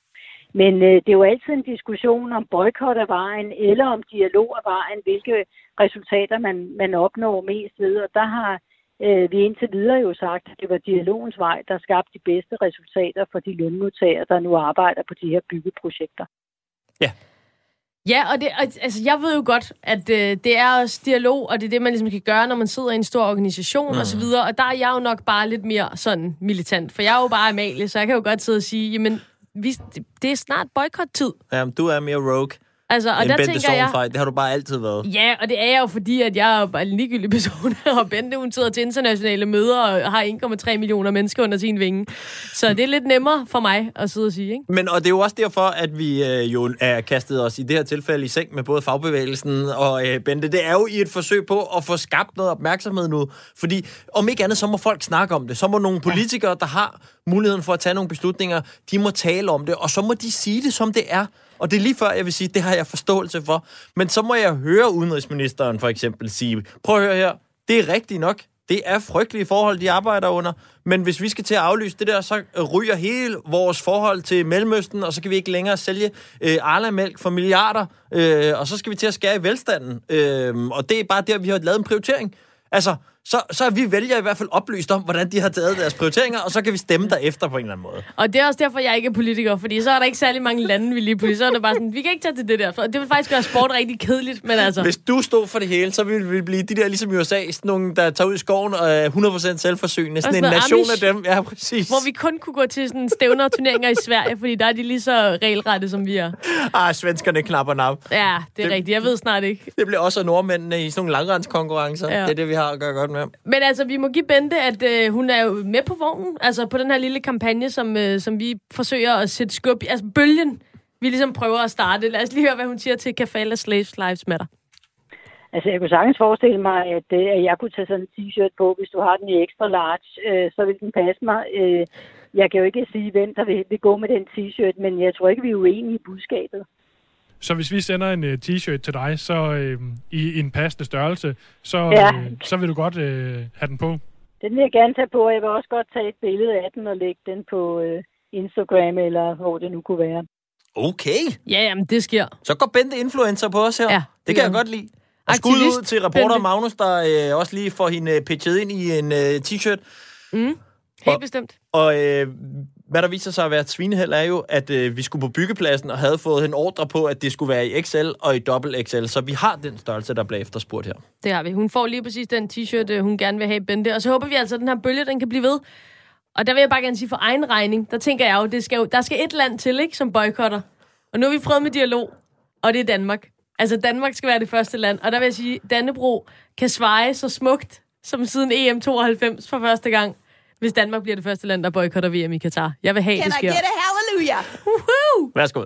Men øh, det er jo altid en diskussion om boykot af vejen, eller om dialog af vejen, hvilke resultater man, man opnår mest ved. Og der har øh, vi indtil videre jo sagt, at det var dialogens vej, der skabte de bedste resultater for de lønmodtagere, der nu arbejder på de her byggeprojekter. Ja. Ja, og det, altså, jeg ved jo godt, at øh, det er også dialog, og det er det, man ligesom kan gøre, når man sidder i en stor organisation mm. og så videre. Og der er jeg jo nok bare lidt mere sådan militant, for jeg er jo bare Amalie, så jeg kan jo godt sidde og sige, jamen, vi, det er snart boykot-tid. Ja, du er mere rogue. Altså, og der tænker jeg... Det har du bare altid været. Ja, og det er jeg jo, fordi at jeg er bare en ligegyldig person, og Bente, hun sidder til internationale møder og har en komma tre millioner mennesker under sin vinge. Så det er lidt nemmere for mig at sidde og sige, ikke? Men, og det er jo også derfor, at vi øh, jo er kastet os i det her tilfælde i seng med både fagbevægelsen og øh, Bente. Det er jo i et forsøg på at få skabt noget opmærksomhed nu. Fordi om ikke andet, så må folk snakke om det. Så må nogle politikere, der har muligheden for at tage nogle beslutninger, de må tale om det, og så må de sige det, som det er. Og det er lige før, jeg vil sige, det har jeg forståelse for. Men så må jeg høre udenrigsministeren for eksempel sige, prøv at høre her, det er rigtigt nok. Det er frygtelige forhold, de arbejder under. Men hvis vi skal til at aflyse det der, så ryger hele vores forhold til Mellemøsten, og så kan vi ikke længere sælge øh, Arla-mælk for milliarder, øh, og så skal vi til at skære i velstanden. Øh, og det er bare der, vi har lavet en prioritering. Altså, så, så er vi vælger i hvert fald oplyst om, hvordan de har taget deres prioriteringer, og så kan vi stemme derefter på en eller anden måde. Og det er også derfor, jeg ikke er politiker, fordi så er der ikke særlig mange lande, vi lige pludselig. Så er det bare sådan, vi kan ikke tage til det der. Det vil faktisk gøre sport rigtig kedeligt, men altså... Hvis du stod for det hele, så ville vi blive de der, ligesom i U S A, sådan nogle, der tager ud i skoven og er hundrede procent selvforsynende. Sådan en nation Amish, af dem. Ja, præcis. Hvor vi kun kunne gå til sådan stævner og turneringer i Sverige, fordi der er de lige så regelrette, som vi er. Ah, svenskerne knapper nap. Ja, det er det, rigtigt. Jeg ved snart ikke. Det bliver også nordmændene i sådan nogle langrendskonkurrencer. Ja. Det er det, vi har at gøre godt med. Men altså, vi må give Bente, at øh, hun er jo med på vognen, altså på den her lille kampagne, som, øh, som vi forsøger at sætte skub i. Altså bølgen, vi ligesom prøver at starte. Lad os lige høre, hvad hun siger til Kafala Slaves Lives Matter. Altså, jeg kunne sagtens forestille mig, at, at jeg kunne tage sådan en t-shirt på, hvis du har den i extra large, øh, så vil den passe mig. Øh, jeg kan jo ikke sige, hvem der vil, vil gå med den t-shirt, men jeg tror ikke, vi er uenige i budskabet. Så hvis vi sender en uh, t-shirt til dig, så øh, i en passende størrelse, så, ja. øh, så vil du godt øh, have den på? Den vil jeg gerne tage på, og jeg vil også godt tage et billede af den og lægge den på øh, Instagram, eller hvor det nu kunne være. Okay. Ja, jamen det sker. Så går Bente influencer på os her. Ja, det, det kan jeg godt lide. Og skud ud til reporter Bente. Magnus, der øh, også lige får hende pitchet ind i en øh, t-shirt. Mm, helt og, bestemt. Og øh, hvad der viser sig at være et svineheld, er jo, at øh, vi skulle på byggepladsen og havde fået en ordre på, at det skulle være i X L og i dobbelt X L. Så vi har den størrelse, der bliver efterspurgt her. Det har vi. Hun får lige præcis den t-shirt, hun gerne vil have, Bente. Og så håber vi altså, at den her bølge, den kan blive ved. Og der vil jeg bare gerne sige for egen regning, der tænker jeg jo, det skal jo der skal et land til, ikke, som boykotter. Og nu har vi prøvet med dialog, og det er Danmark. Altså Danmark skal være det første land. Og der vil jeg sige, Dannebrog kan sveje så smukt, som siden E M tooghalvfems for første gang, hvis Danmark bliver det første land, der boykotter V M i Katar. Jeg vil have, Can det sker. Can I get a hallelujah? Woohoo! Værsgo.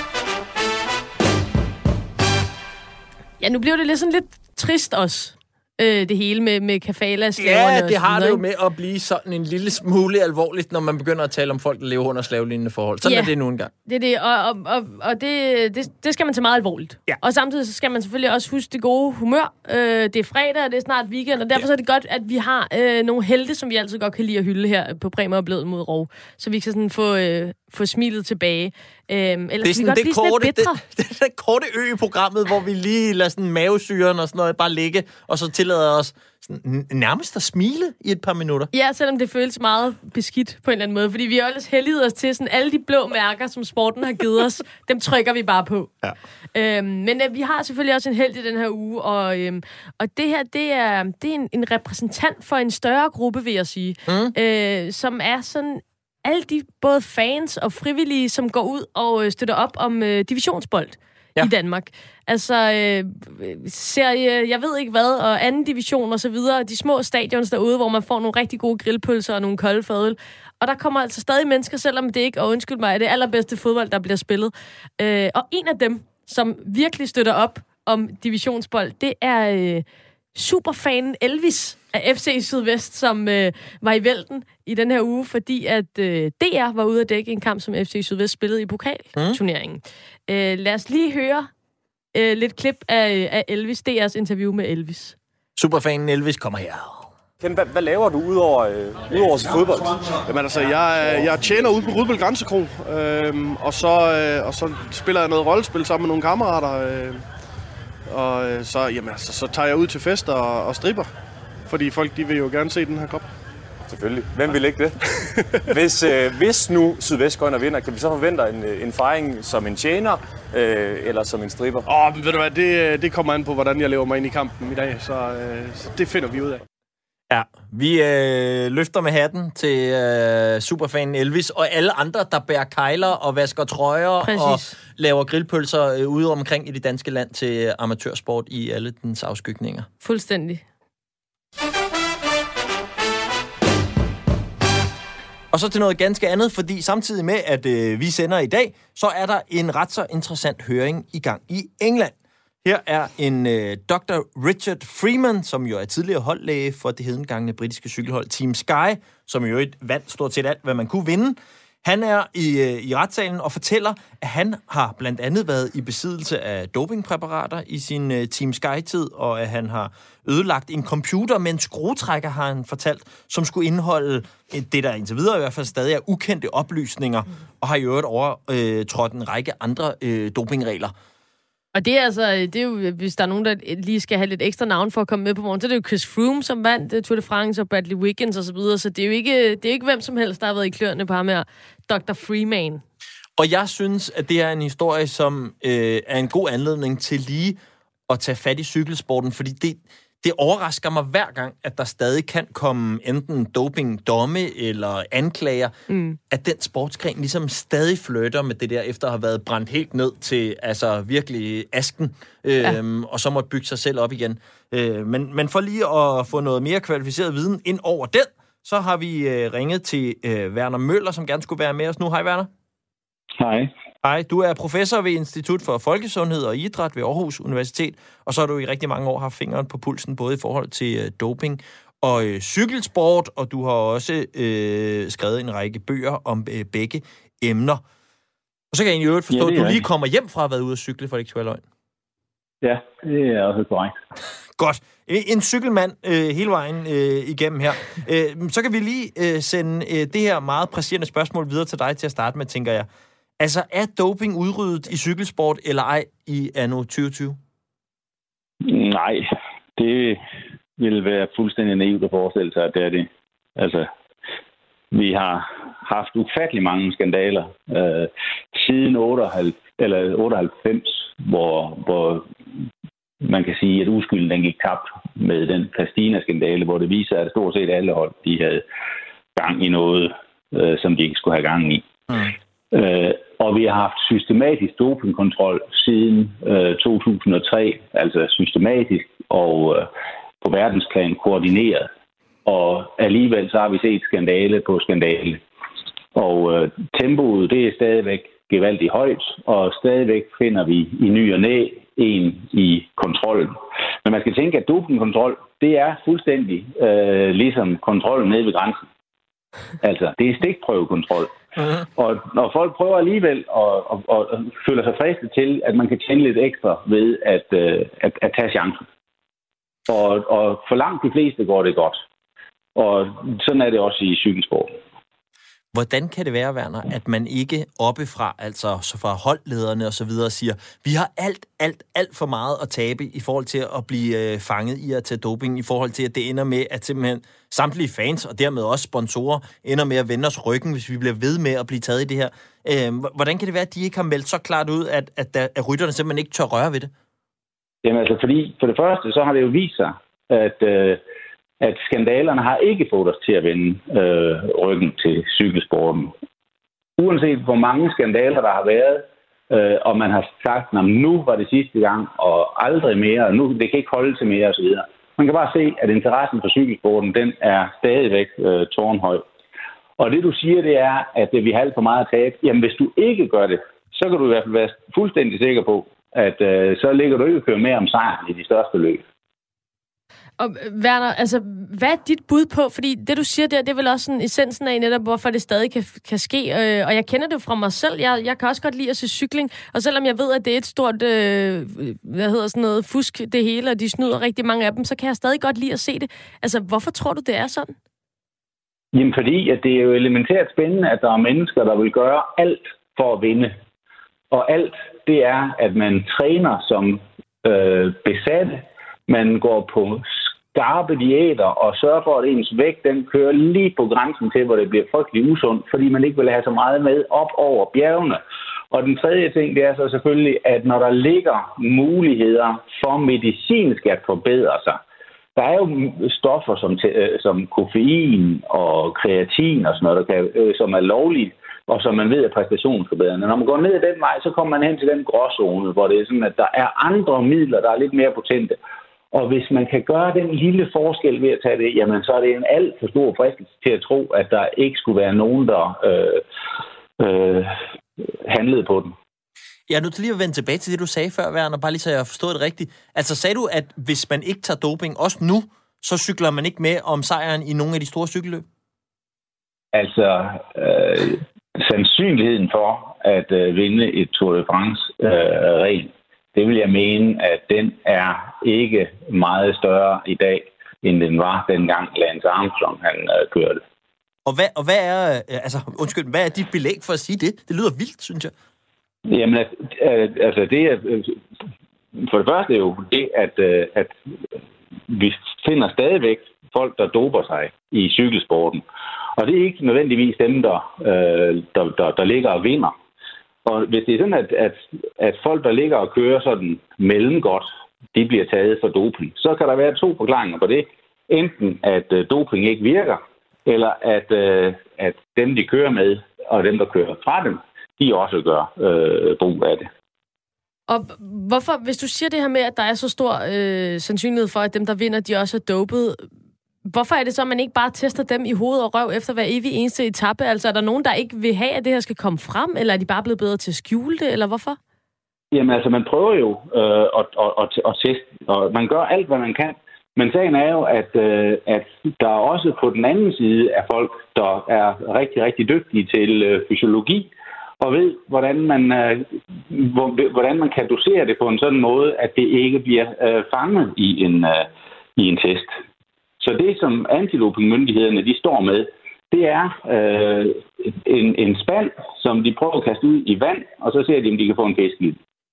Ja, nu bliver det lidt sådan lidt trist også. øh, det hele med, med kafalaslaverne. Ja, det og har videre, det jo ikke? med at blive sådan en lille smule alvorligt, når man begynder at tale om folk, der lever under slavelignende forhold. Sådan Ja. er det nu engang. Det er det, og, og, og, og det, det, det skal man tage meget alvorligt. Ja. Og samtidig så skal man selvfølgelig også huske det gode humør. Øh, det er fredag, og det er snart weekend, og derfor ja. så er det godt, at vi har øh, nogle helte, som vi altid godt kan lide at hylde her på Bremer og Blød mod Rov, så vi kan sådan få, øh, få smilet tilbage. Øh, ellers Det er sådan vi godt det blive korte, sådan lidt bitre. det, det er den korte ø i programmet, hvor vi lige lader sådan mavesyren og sådan noget bare ligge, og så tillader os sådan, nærmest at smile i et par minutter. Ja, selvom det føles meget beskidt på en eller anden måde, fordi vi har ellers helliget os til sådan alle de blå mærker, som sporten har givet os, dem trykker vi bare på. Ja. Øhm, men øh, vi har selvfølgelig også en held i den her uge, og, øhm, og det her, det er, det er en, en repræsentant for en større gruppe, vil jeg sige, mm. øh, som er sådan alle de både fans og frivillige, som går ud og øh, støtter op om øh, divisionsbold ja. i Danmark. Altså, øh, serie, jeg ved ikke hvad, og anden division og så videre, de små stadions derude, hvor man får nogle rigtig gode grillpølser og nogle kolde fadøl. Og der kommer altså stadig mennesker, selvom det ikke, og undskyld mig, er det allerbedste fodbold, der bliver spillet. Øh, og en af dem, som virkelig støtter op om divisionsbold, det er øh, superfanen Elvis af F C Sydvest, som øh, var i vælten i den her uge, fordi at øh, D R var ude at dække en kamp, som F C Sydvest spillede i pokalturneringen. Mm. Øh, lad os lige høre øh, lidt klip af, af Elvis, D R's interview med Elvis. Superfanen Elvis kommer her. Ken, hvad, hvad laver du udover, øh, udover til fodbold? Jamen altså, jeg, jeg tjener ude på Rudbøl Grænsekro, øh, og, så, øh, og så spiller jeg noget rollespil sammen med nogle kammerater. Øh, og øh, så, jamen, altså, så tager jeg ud til fester og, og stripper, fordi folk de vil jo gerne se den her kop. Selvfølgelig. Hvem vil ikke det? hvis, øh, hvis nu Sydvest går ind og vinder, kan vi så forvente en, en fejring som en tjener øh, eller som en stripper? Åh, oh, ved du hvad, det, det kommer an på, hvordan jeg lever mig ind i kampen i dag, så, øh, så det finder vi ud af. Ja, vi øh, løfter med hatten til øh, superfanen Elvis, og alle andre, der bærer kejler og vasker trøjer Præcis. og laver grillpølser øh, ude omkring i det danske land til amatørsport i alle dens afskygninger. Fuldstændig. Og så til noget ganske andet, fordi samtidig med, at øh, vi sender i dag, så er der en ret så interessant høring i gang i England. Her er en øh, doktor Richard Freeman, som jo er tidligere holdlæge for det hedengangne britiske cykelhold Team Sky, som jo et vandt stort set alt, hvad man kunne vinde. Han er i, øh, i retssalen og fortæller, at han har blandt andet været i besiddelse af dopingpræparater i sin øh, Team Sky-tid, og at han har ødelagt en computer med en skruetrækker, har han fortalt, som skulle indeholde det, der indtil videre i hvert fald stadig er ukendte oplysninger, og har i øvrigt overtrådt en række andre øh, dopingregler. Og det er altså, det er jo, hvis der er nogen, der lige skal have lidt ekstra navn for at komme med på morgen, så er det jo Chris Froome, som vandt Tour de France, og Bradley Wiggins og så videre, så det er jo ikke, det er ikke hvem som helst, der har været i kløerne på ham her, doktor Freeman. Og jeg synes, at det er en historie, som øh, er en god anledning til lige at tage fat i cykelsporten, fordi det, det overrasker mig hver gang, at der stadig kan komme enten dopingdomme eller anklager, mm. at den sportsgren ligesom stadig flytter med det der, efter at have været brændt helt ned til altså virkelig asken, øh, ja. og så måtte bygge sig selv op igen. Øh, men, men for lige at få noget mere kvalificeret viden ind over den, så har vi øh, ringet til øh, Werner Møller, som gerne skulle være med os nu. Hej Werner. Hej. Hej, du er professor ved Institut for Folkesundhed og Idræt ved Aarhus Universitet, og så har du i rigtig mange år haft fingeren på pulsen, både i forhold til øh, doping og øh, cykelsport, og du har også øh, skrevet en række bøger om øh, begge emner. Og så kan jeg i øvrigt forstå, ja, at du lige kommer hjem fra at have været ude at cykle, for det ikke skal være løgn. Ja, det er også korrekt. Godt. En cykelmand øh, hele vejen øh, igennem her. Øh, så kan vi lige øh, sende øh, det her meget presserende spørgsmål videre til dig til at starte med, tænker jeg. Altså, er doping udryddet i cykelsport, eller ej, i anno tyve tyve? Nej, det vil være fuldstændig naivt at forestille sig, at det er det. Altså, vi har haft ufattelig mange skandaler øh, siden otteoghalvfems, hvor, hvor man kan sige, at uskylden den gik tabt med den Castina-skandale, hvor det viser, at stort set alle hold, de havde gang i noget, øh, som de ikke skulle have gang i. Mm. Øh, og vi har haft systematisk dopingkontrol siden øh, to tusind og tre, altså systematisk og øh, på verdensplan koordineret. Og alligevel så har vi set skandale på skandale. Og øh, tempoet, det er stadigvæk gevaldigt højt, og stadigvæk finder vi i ny og næ en i kontrollen. Men man skal tænke, at dopingkontrol, det er fuldstændig øh, ligesom kontrollen nede ved grænsen. Altså, det er stikprøvekontrol. Uh-huh. Og når folk prøver alligevel og, og, og, og føler sig fristet til, at man kan tjene lidt ekstra ved at, øh, at, at tage chancen. Og, og for langt de fleste går det godt. Og sådan er det også i cykelsporten. Hvordan kan det være, Werner, at man ikke oppefra, altså så fra holdlederne og så videre, siger, vi har alt, alt, alt for meget at tabe i forhold til at blive øh, fanget i at tage doping, i forhold til at det ender med, at simpelthen samtlige fans, og dermed også sponsorer, ender med at vende os ryggen, hvis vi bliver ved med at blive taget i det her. Øh, hvordan kan det være, at de ikke har meldt så klart ud, at, at, der, at rytterne simpelthen ikke tør røre ved det? Jamen altså, fordi for det første, så har det jo vist sig, at... Øh, at skandalerne har ikke fået os til at vende øh, ryggen til cykelsporten. Uanset hvor mange skandaler der har været, øh, og man har sagt, at nu var det sidste gang, og aldrig mere, og nu det kan ikke holde til mere osv. Man kan bare se, at interessen for cykelsporten, den er stadigvæk øh, tårnhøj. Og det du siger, det er, at vi har alt for meget at tabe. Jamen hvis du ikke gør det, så kan du i hvert fald være fuldstændig sikker på, at øh, så ligger du ikke og kører mere om sejren i de største løb. Og Werner, altså, hvad er dit bud på? Fordi det, du siger der, det er vel også sådan essensen af netop, hvorfor det stadig kan, kan ske. Øh, og jeg kender det fra mig selv. Jeg, jeg kan også godt lide at se cykling. Og selvom jeg ved, at det er et stort, øh, hvad hedder sådan noget, fusk det hele, og de snyder rigtig mange af dem, så kan jeg stadig godt lide at se det. Altså, hvorfor tror du, det er sådan? Jamen, fordi at det er jo elementært spændende, at der er mennesker, der vil gøre alt for at vinde. Og alt, det er, at man træner som øh, besatte. Man går på skarpe diæter og sørger for, at ens vægt den kører lige på grænsen til, hvor det bliver frygtelig usundt, fordi man ikke vil have så meget med op over bjergene. Og den tredje ting, det er så selvfølgelig, at når der ligger muligheder for medicinsk at forbedre sig, der er jo stoffer som, som koffein og kreatin og sådan noget, der kan, som er lovligt, og som man ved er præstationsforbedrende. Når man går ned ad den vej, så kommer man hen til den gråzone, hvor det er sådan, at der er andre midler, der er lidt mere potente. Og hvis man kan gøre den lille forskel ved at tage det, jamen så er det en alt for stor fristelse til at tro, at der ikke skulle være nogen, der øh, øh, handlede på den. Jeg er nødt til lige at vende tilbage til det, du sagde før, Werner, bare lige så jeg har forstået det rigtigt. Altså sagde du, at hvis man ikke tager doping, også nu, så cykler man ikke med om sejren i nogle af de store cykelløb? Altså, øh, sandsynligheden for at øh, vinde et Tour de France øh, rent, det vil jeg mene, at den er ikke meget større i dag, end den var dengang Lance Armstrong han øh, kørte. Og hvad, og hvad er, øh, altså, undskyld, hvad er dit belæg for at sige det? Det lyder vildt, synes jeg. Jamen, at, øh, altså det er, øh, for det første er jo det, at, øh, at vi finder stadigvæk folk, der doper sig i cykelsporten. Og det er ikke nødvendigvis dem, der, øh, der, der, der ligger og vinder. Og hvis det er sådan, at, at, at folk, der ligger og kører sådan mellemgodt, de bliver taget for doping, så kan der være to forklaringer på det. Enten at uh, doping ikke virker, eller at, uh, at dem, de kører med, og dem, der kører fra dem, de også gør uh, brug af det. Og hvorfor, hvis du siger det her med, at der er så stor øh, sandsynlighed for, at dem, der vinder, de også er dopet, hvorfor er det så, at man ikke bare tester dem i hoved og røv efter hver evig eneste etape? Altså, er der nogen, der ikke vil have, at det her skal komme frem, eller er de bare blevet bedre til at skjule det, eller hvorfor? Jamen, altså, man prøver jo øh, at, at, at, at teste, og man gør alt, hvad man kan. Men sagen er jo, at, øh, at der også på den anden side er folk, der er rigtig, rigtig dygtige til øh, fysiologi, og ved, hvordan man, øh, hvordan man kan dosere det på en sådan måde, at det ikke bliver øh, fanget i en, øh, i en test. Så det, som antidopingmyndighederne de står med, det er øh, en, en spand, som de prøver at kaste ud i vand, og så ser de, om de kan få en fisk i.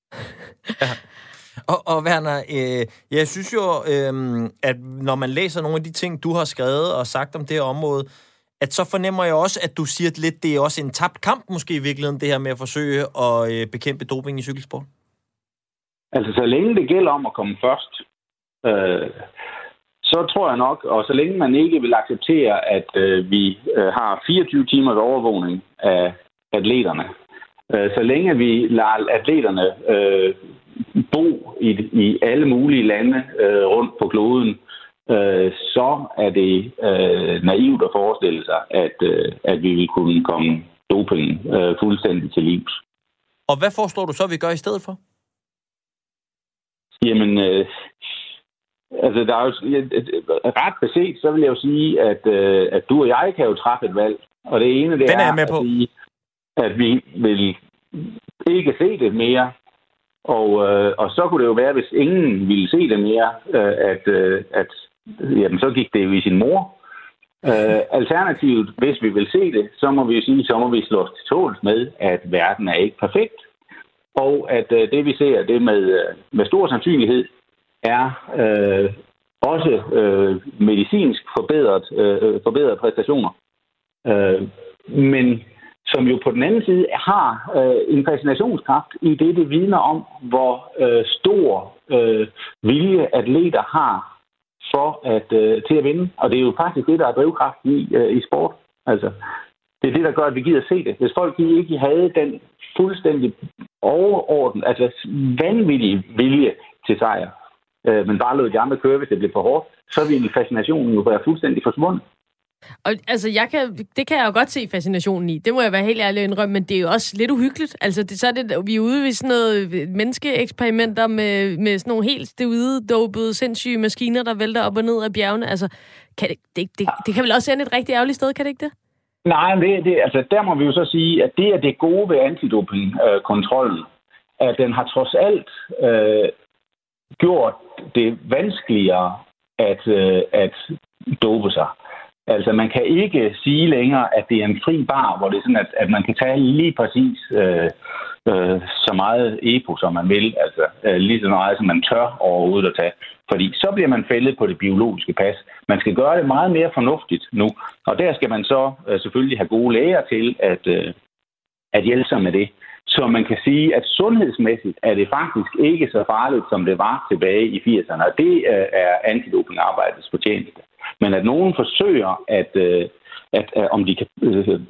Ja. Og, og Werner, øh, jeg synes jo, øh, at når man læser nogle af de ting, du har skrevet og sagt om det her område, at så fornemmer jeg også, at du siger lidt, det er også en tabt kamp måske i virkeligheden, det her med at forsøge at øh, bekæmpe doping i cykelsport. Altså, så længe det gælder om at komme først, øh, så tror jeg nok, og så længe man ikke vil acceptere, at øh, vi øh, har fireogtyve timers overvågning af atleterne, øh, så længe vi lader atleterne øh, bo i, i alle mulige lande øh, rundt på kloden, øh, så er det øh, naivt at forestille sig, at, øh, at vi vil kunne komme doping øh, fuldstændig til livs. Og hvad forestår du så, vi gør i stedet for? Jamen, øh, altså, der er jo, ret beset, så vil jeg jo sige, at, øh, at du og jeg kan jo træffe et valg. Og det ene, det Den er, er, jeg med på. At, vi, at vi vil ikke se det mere. Og, øh, og så kunne det jo være, hvis ingen ville se det mere, øh, at, øh, at jamen, så gik det jo i sin mor. Øh, alternativt, hvis vi vil se det, så må vi jo sige, så må vi slå os til tåls med, at verden er ikke perfekt. Og at øh, det, vi ser, det med, med stor sandsynlighed, er øh, også øh, medicinsk forbedret, øh, forbedrede præstationer. Øh, men som jo på den anden side har øh, en fascinationskraft i det, det vidner om, hvor øh, stor øh, vilje atleter har for at, øh, til at vinde. Og det er jo faktisk det, der er drivkraften i, øh, i sport. Altså, det er det, der gør, at vi gider se det. Hvis folk ikke havde den fuldstændig overordnet, altså vanvittige vilje til sejr, øh, men bare lod de andre køre, hvis det blev for hårdt, så ville fascinationen jo være fuldstændig forsvundet. Og altså, jeg kan, det kan jeg jo godt se fascinationen i. Det må jeg være helt ærlig at indrømme, men det er jo også lidt uhyggeligt. Altså, det, så er det, vi er ude ved sådan noget menneskeeksperimenter med, med sådan nogle helt støvide, dopede, sindssyge maskiner, der vælter op og ned af bjergene. Altså, kan det, det, det, det kan vel også ende et rigtig ærgerligt sted, kan det ikke det? Nej, det, det, altså, der må vi jo så sige, at det er det gode ved antidopingkontrollen, at den har trods alt øh, gjort det vanskeligere at, øh, at dope sig. Altså, man kan ikke sige længere, at det er en fri bar, hvor det er sådan, at, at man kan tage lige præcis øh, øh, så meget epo, som man vil. Altså, øh, lige så meget, som man tør overhovedet at tage. Fordi så bliver man fældet på det biologiske pas. Man skal gøre det meget mere fornuftigt nu. Og der skal man så øh, selvfølgelig have gode læger til at, øh, at hjælpe sig med det. Så man kan sige, at sundhedsmæssigt er det faktisk ikke så farligt, som det var tilbage i firserne. Og det øh, er antidopingarbejdets fortjeneste. Men at nogen forsøger, at, øh, at øh, om de kan øh, øh,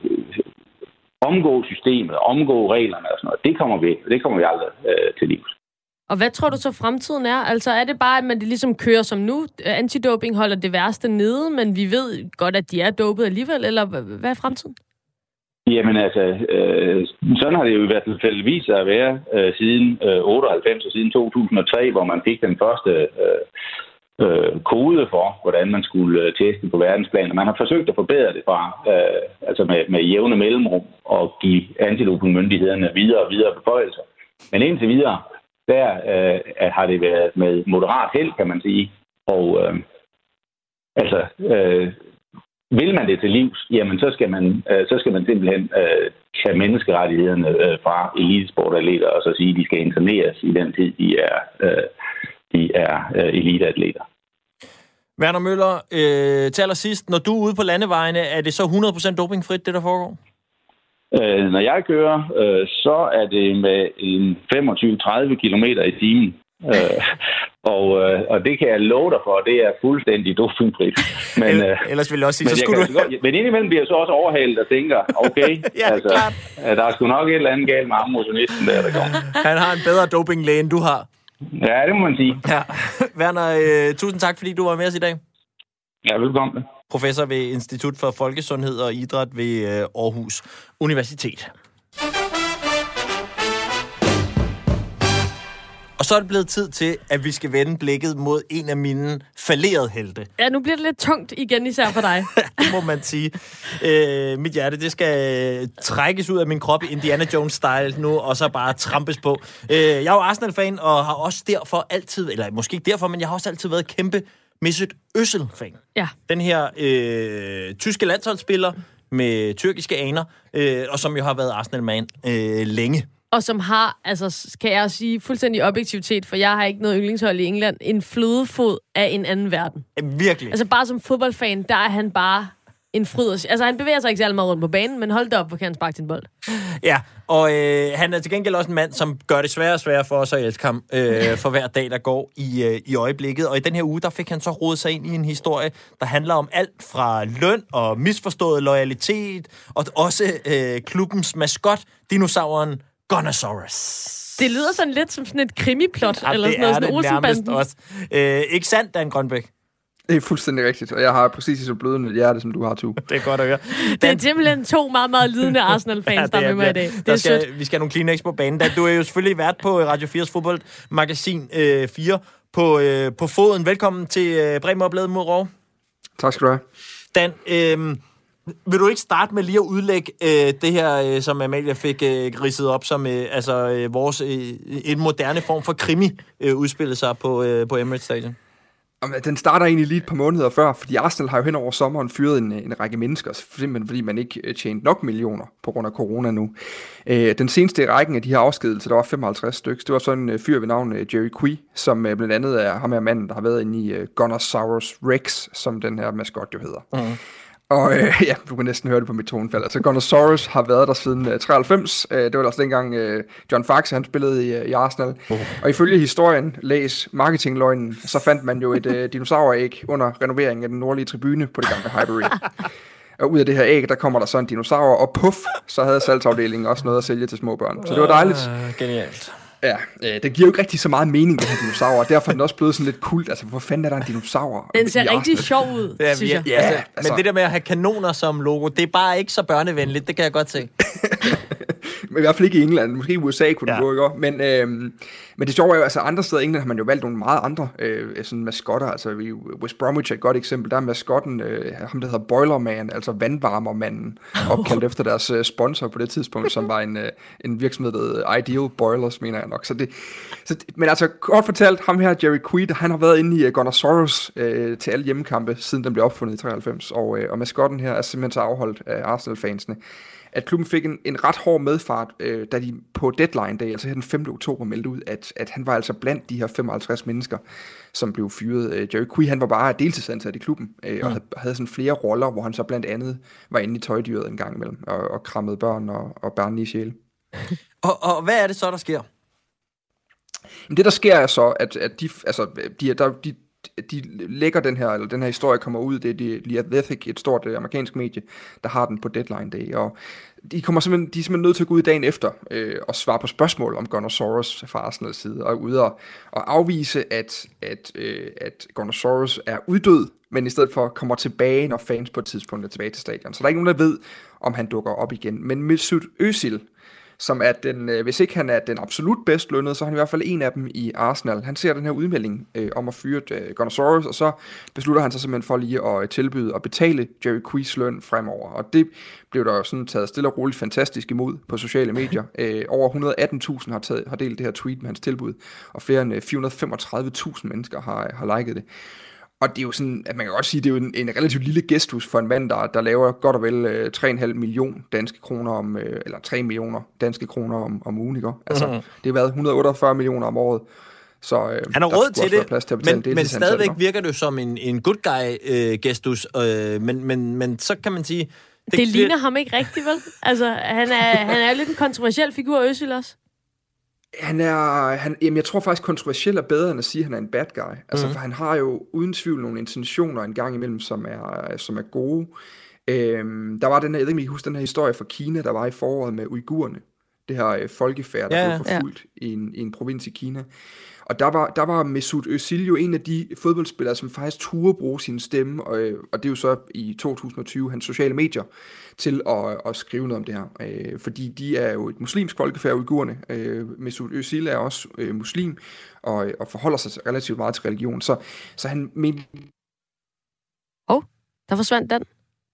omgå systemet, omgå reglerne og sådan noget, det kommer vi, det kommer vi aldrig øh, til livs. Og hvad tror du så fremtiden er? Altså er det bare, at man det ligesom kører som nu? Antidoping holder det værste nede, men vi ved godt, at de er dopet alligevel, eller hvad er fremtiden? Jamen altså, øh, sådan har det jo i hvert fald vist sig at være øh, siden øh, otteoghalvfems og siden to tusind og tre, hvor man fik den første øh, øh, kode for, hvordan man skulle øh, teste på verdensplan. Man har forsøgt at forbedre det fra, øh, altså med, med jævne mellemrum, og give antidopingmyndighederne videre og videre beføjelser. Men indtil videre, der øh, har det været med moderat held, kan man sige. Og øh, altså... Øh, Vil man det til livs, jamen så skal man, øh, så skal man simpelthen øh, tage menneskerettighederne øh, fra elitesportatleter og så sige, at de skal interneres i den tid, de er, øh, de er øh, eliteatleter. Werner Møller, øh, til allersidst, når du er ude på landevejene, er det så hundrede procent dopingfrit, det der foregår? Øh, når jeg kører, øh, så er det med en femogtyve til tredive kilometer i timen. øh, og, øh, og det kan jeg love dig for, det er fuldstændig dopingfrit. Men, øh, Ellers vil jeg også sige, men så skulle du... Godt, men indimellem bliver jeg så også overhalet og tænker, okay, ja, altså, der er sgu nok et eller andet galt med motionisten der, der går. Han har en bedre dopinglæge, end du har. Ja, det må man sige. Ja. Werner, øh, tusind tak, fordi du var med os i dag. Ja, velkommen. Professor ved Institut for Folkesundhed og Idræt ved øh, Aarhus Universitet. Og så er det blevet tid til, at vi skal vende blikket mod en af mine fallerede helte. Ja, nu bliver det lidt tungt igen, især for dig. Det må man sige. Øh, mit hjerte, det skal trækkes ud af min krop i Indiana Jones-style nu, og så bare trampes på. Øh, jeg er jo Arsenal-fan, og har også derfor altid, eller måske ikke derfor, men jeg har også altid været kæmpe Mesut Özil-fan. Ja. Den her øh, tyske landsholdsspiller med tyrkiske aner, øh, og som jo har været Arsenal-man øh, længe. Og som har, altså kan jeg sige, fuldstændig objektivitet, for jeg har ikke noget yndlingshold i England, en flødefod af en anden verden. Virkelig. Altså bare som fodboldfan, der er han bare en fryd. Altså han bevæger sig ikke særlig meget rundt på banen, men hold da op, hvor kan han sparke til en bold. Ja, og øh, han er til gengæld også en mand, som gør det sværere og sværere for os at elske ham øh, for hver dag, der går i, øh, i øjeblikket. Og i den her uge, der fik han så rodet sig ind i en historie, der handler om alt fra løn og misforstået loyalitet, og også øh, klubbens maskot, dinosauren Gunnosaurus. Det lyder sådan lidt som sådan et krimiplot, ja, eller sådan noget, sådan Olsenbanden. Også. Øh, ikke sandt, Dan Grønbæk? Det er fuldstændig rigtigt, og jeg har præcis så blødende hjerte, som du har, Tue. Det er godt at høre. Det er simpelthen to meget, meget lidende Arsenal-fans, ja, der er med mig i dag. Det er skal, sødt. Vi skal have nogle Kleenex på banen. Dan, du er jo selvfølgelig vært på Radio fires fodboldmagasin øh, fire på, øh, på foden. Velkommen til øh, Bremen Oplevet mod Rov. Tak skal du have. Dan, øh, vil du ikke starte med lige at udlægge øh, det her, øh, som Amalie fik øh, ridset op, som øh, altså, øh, vores, øh, en moderne form for krimi øh, udspillede sig på, øh, på Emirates Stadion? Den starter egentlig lige et par måneder før, fordi Arsenal har jo hen over sommeren fyret en, en række mennesker, simpelthen fordi man ikke tjente nok millioner på grund af corona nu. Den seneste i rækken af de her afskedelser, der var femoghalvtreds stykker, det var sådan en fyr ved navn Jerry Quee, som blandt andet er ham her manden, der har været inde i Gunnosaurus Rex, som den her maskot jo hedder. Mm. Og øh, ja, du kan næsten høre det på mit tonefald. Altså, Gunnosaurus har været der siden uh, treoghalvfems. Uh, det var altså dengang uh, John Faxe, han spillede i, uh, i Arsenal. Oh. Og ifølge historien, læs marketingløgnen, så fandt man jo et uh, dinosauræg under renoveringen af den nordlige tribune på det gamle Highbury. Og ud af det her æg, der kommer der så en dinosaur, og puff, så havde salgsafdelingen også noget at sælge til små børn. Så det var dejligt. Uh, genialt. Ja, øh, det giver jo ikke rigtig så meget mening, den her dinosaur, og derfor er den også blevet sådan lidt kult. Altså, hvor fanden er der en dinosaur? Den ser rigtig sjov ud, ja, synes jeg. Ja, altså, altså, men det der med at have kanoner som logo, det er bare ikke så børnevenligt, det kan jeg godt se. Men i hvert fald ikke i England. Måske i U S A kunne ja. det gå, ikke? Men, øhm, men det sjove er jo, altså andre steder i England har man jo valgt nogle meget andre øh, sådan maskotter. Altså West Bromwich er et godt eksempel. Der er maskotten, øh, ham der hedder Boilerman, altså vandvarmermanden, opkaldt efter deres øh, sponsor på det tidspunkt, som var en, øh, en virksomhed, der hedder Ideal Boilers, mener jeg nok. Så det, så det, men altså kort fortalt, ham her, Jerry Quee, han har været inde i uh, Gunnosaurus øh, til alle hjemmekampe, siden den blev opfundet i treoghalvfems. Og, øh, og maskotten her er simpelthen så afholdt af Arsenal-fansene, at klubben fik en, en ret hård medfart, øh, da de på deadline day, altså her den femte oktober, meldte ud, at, at han var altså blandt de her femoghalvtreds mennesker, som blev fyret. Øh, Jerry Quee, han var bare deltidsansat i klubben, øh, og havde, havde sådan flere roller, hvor han så blandt andet var inde i tøjdyret en gang imellem, og, og krammede børn og, og børn i sjæle. og, og hvad er det så, der sker? Men det, der sker, er så, at, at de, altså, de, der, de, de lægger den her, eller den her historie kommer ud, det er The Athletic, et stort uh, amerikansk medie, der har den på deadline day, og de, kommer simpelthen, de er simpelthen nødt til at gå ud dagen efter øh, og svare på spørgsmål om Gunnosaurus fra Arsenals side, og ude og, og afvise, at, at, øh, at Gunnosaurus er uddød, men i stedet for kommer tilbage, når fans på et tidspunkt er tilbage til stadion. Så der er ikke nogen, der ved, om han dukker op igen. Men Mesut Özil, som er den, øh, hvis ikke han er den absolut bedst lønnede, så er han i hvert fald en af dem i Arsenal. Han ser den her udmelding øh, om at fyre øh, Gunnosaurus, og så beslutter han sig simpelthen for lige at tilbyde og betale Jerry Quees løn fremover. Og det blev der jo sådan taget stille og roligt fantastisk imod på sociale medier. øh, over et hundrede og atten tusind har, taget, har delt det her tweet med hans tilbud, og flere end fire hundrede og femogtredive tusind mennesker har, har liket det. Og det er jo sådan, at man kan godt sige, at det er jo en, en relativt lille gestus for en mand, der, der laver godt og vel øh, tre komma fem millioner danske kroner om, øh, eller tre millioner danske kroner om, om ugen, ikke? Altså, mm-hmm. det har været et hundrede og otteogfyrre millioner om året. Så, øh, han har råd til det, til men, men stadigvæk virker det jo som en, en good guy-gestus, øh, øh, men, men, men så kan man sige... Det, det ligner ham ikke rigtigt, vel? Altså, han er, han er jo lidt en kontroversiel figur, Özil også. Han er, han, jamen jeg tror faktisk, kontroversiel er bedre end at sige, at han er en bad guy. Altså, mm. for han har jo uden tvivl nogle intentioner en gang imellem, som er, som er gode. Øhm, der var den her, jeg ved ikke, om I kan huske den her historie fra Kina, der var i foråret med uigurerne. Det her øh, folkefærd, der ja, blev forfulgt ja. i, en, i en provins i Kina. Og der var, der var Mesut Özil jo en af de fodboldspillere, som faktisk turde bruge sin stemme, og, og det er jo så i to tusind og tyve hans sociale medier, til at, at skrive noget om det her. Øh, fordi de er jo et muslimsk folkefærd, uigurerne. Øh, Mesut Özil er også øh, muslim, og, og forholder sig relativt meget til religion. Så, så han mente... Åh, oh, der forsvandt den.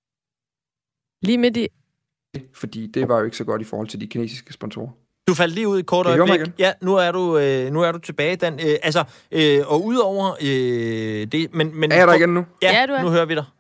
Lige midt i... Fordi det var jo ikke så godt i forhold til de kinesiske sponsorer. Du faldt lige ud i et kort øjeblik. Ja, nu er du øh, nu er du tilbage, Dan. Øh, altså, øh, og udover øh, det... Men, men er jeg der igen nu? Ja, ja, du er. Nu hører vi dig.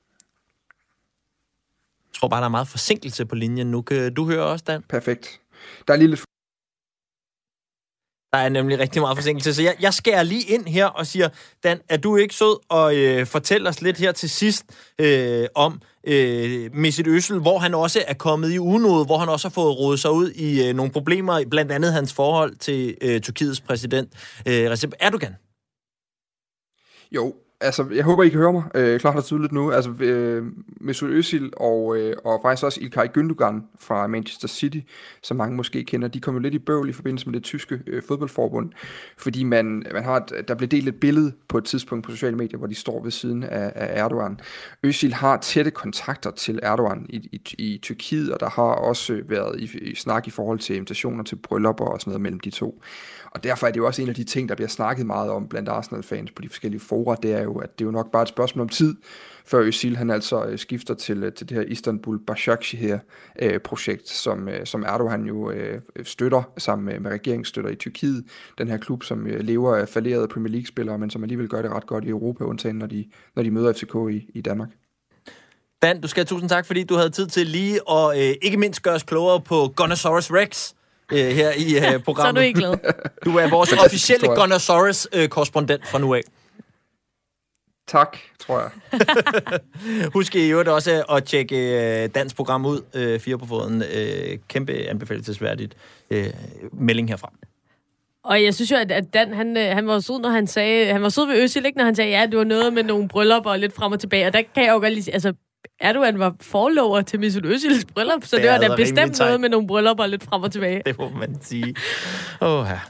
Jeg tror bare, der er meget forsinkelse på linjen nu. Kan du høre også, Dan? Perfekt. Der er lige lidt... Der er nemlig rigtig meget forsinkelse. Så jeg, jeg skærer lige ind her og siger, Dan, er du ikke sød og øh, fortæl os lidt her til sidst øh, om øh, Mesut Özil, hvor han også er kommet i unåde, hvor han også har fået rodet sig ud i øh, nogle problemer, blandt andet hans forhold til øh, Tyrkiets præsident øh, Recep Erdogan. Jo, Altså, jeg håber, I kan høre mig øh, klart og tydeligt nu. Altså, øh, Mesut Özil og, øh, og faktisk også İlkay Gündogan fra Manchester City, som mange måske kender, de kom jo lidt i bøvl i forbindelse med det tyske øh, fodboldforbund, fordi man, man har et, der blev delt et billede på et tidspunkt på sociale medier, hvor de står ved siden af, af Erdogan. Özil har tætte kontakter til Erdogan i, i, i Tyrkiet, og der har også været i, i snak i forhold til invitationer til bryllupper og sådan noget mellem de to. Og derfor er det jo også en af de ting, der bliver snakket meget om blandt Arsenal-fans på de forskellige fora, det er jo, at det er jo nok bare et spørgsmål om tid, før Özil han altså øh, skifter til, til det her Istanbul Başakşehir øh, projekt, som, øh, som Erdogan jo øh, støtter sammen med, med regeringsstøtter i Tyrkiet. Den her klub, som øh, lever af fallerede Premier League-spillere, men som alligevel gør det ret godt i Europa, undtagen når de, når de møder F C K i, i Danmark. Dan, du skal have tusind tak, fordi du havde tid til lige og øh, ikke mindst gøre os klogere på Gunnersaurus Rex øh, her i øh, programmet. Så er du ikke glad. Du er vores officielle Gunnersaurus-korrespondent fra nu af. Tak, tror jeg. Husk i øvrigt også at tjekke øh, Dans program ud. Øh, fire på foden. Øh, kæmpe anbefalelsesværdigt øh, melding herfra. Og jeg synes jo, at Dan, han, han var sød, når han sagde, han var sød ved Özil, ikke, når han sagde, ja, det var noget med nogle bryllupper og lidt frem og tilbage. Og der kan jeg jo godt lige sige, altså, Erdogan var forlover til Mesut Özils bryllup, så det, det var da bestemt noget med nogle bryllupper og lidt frem og tilbage. Det må man sige. Åh, ja.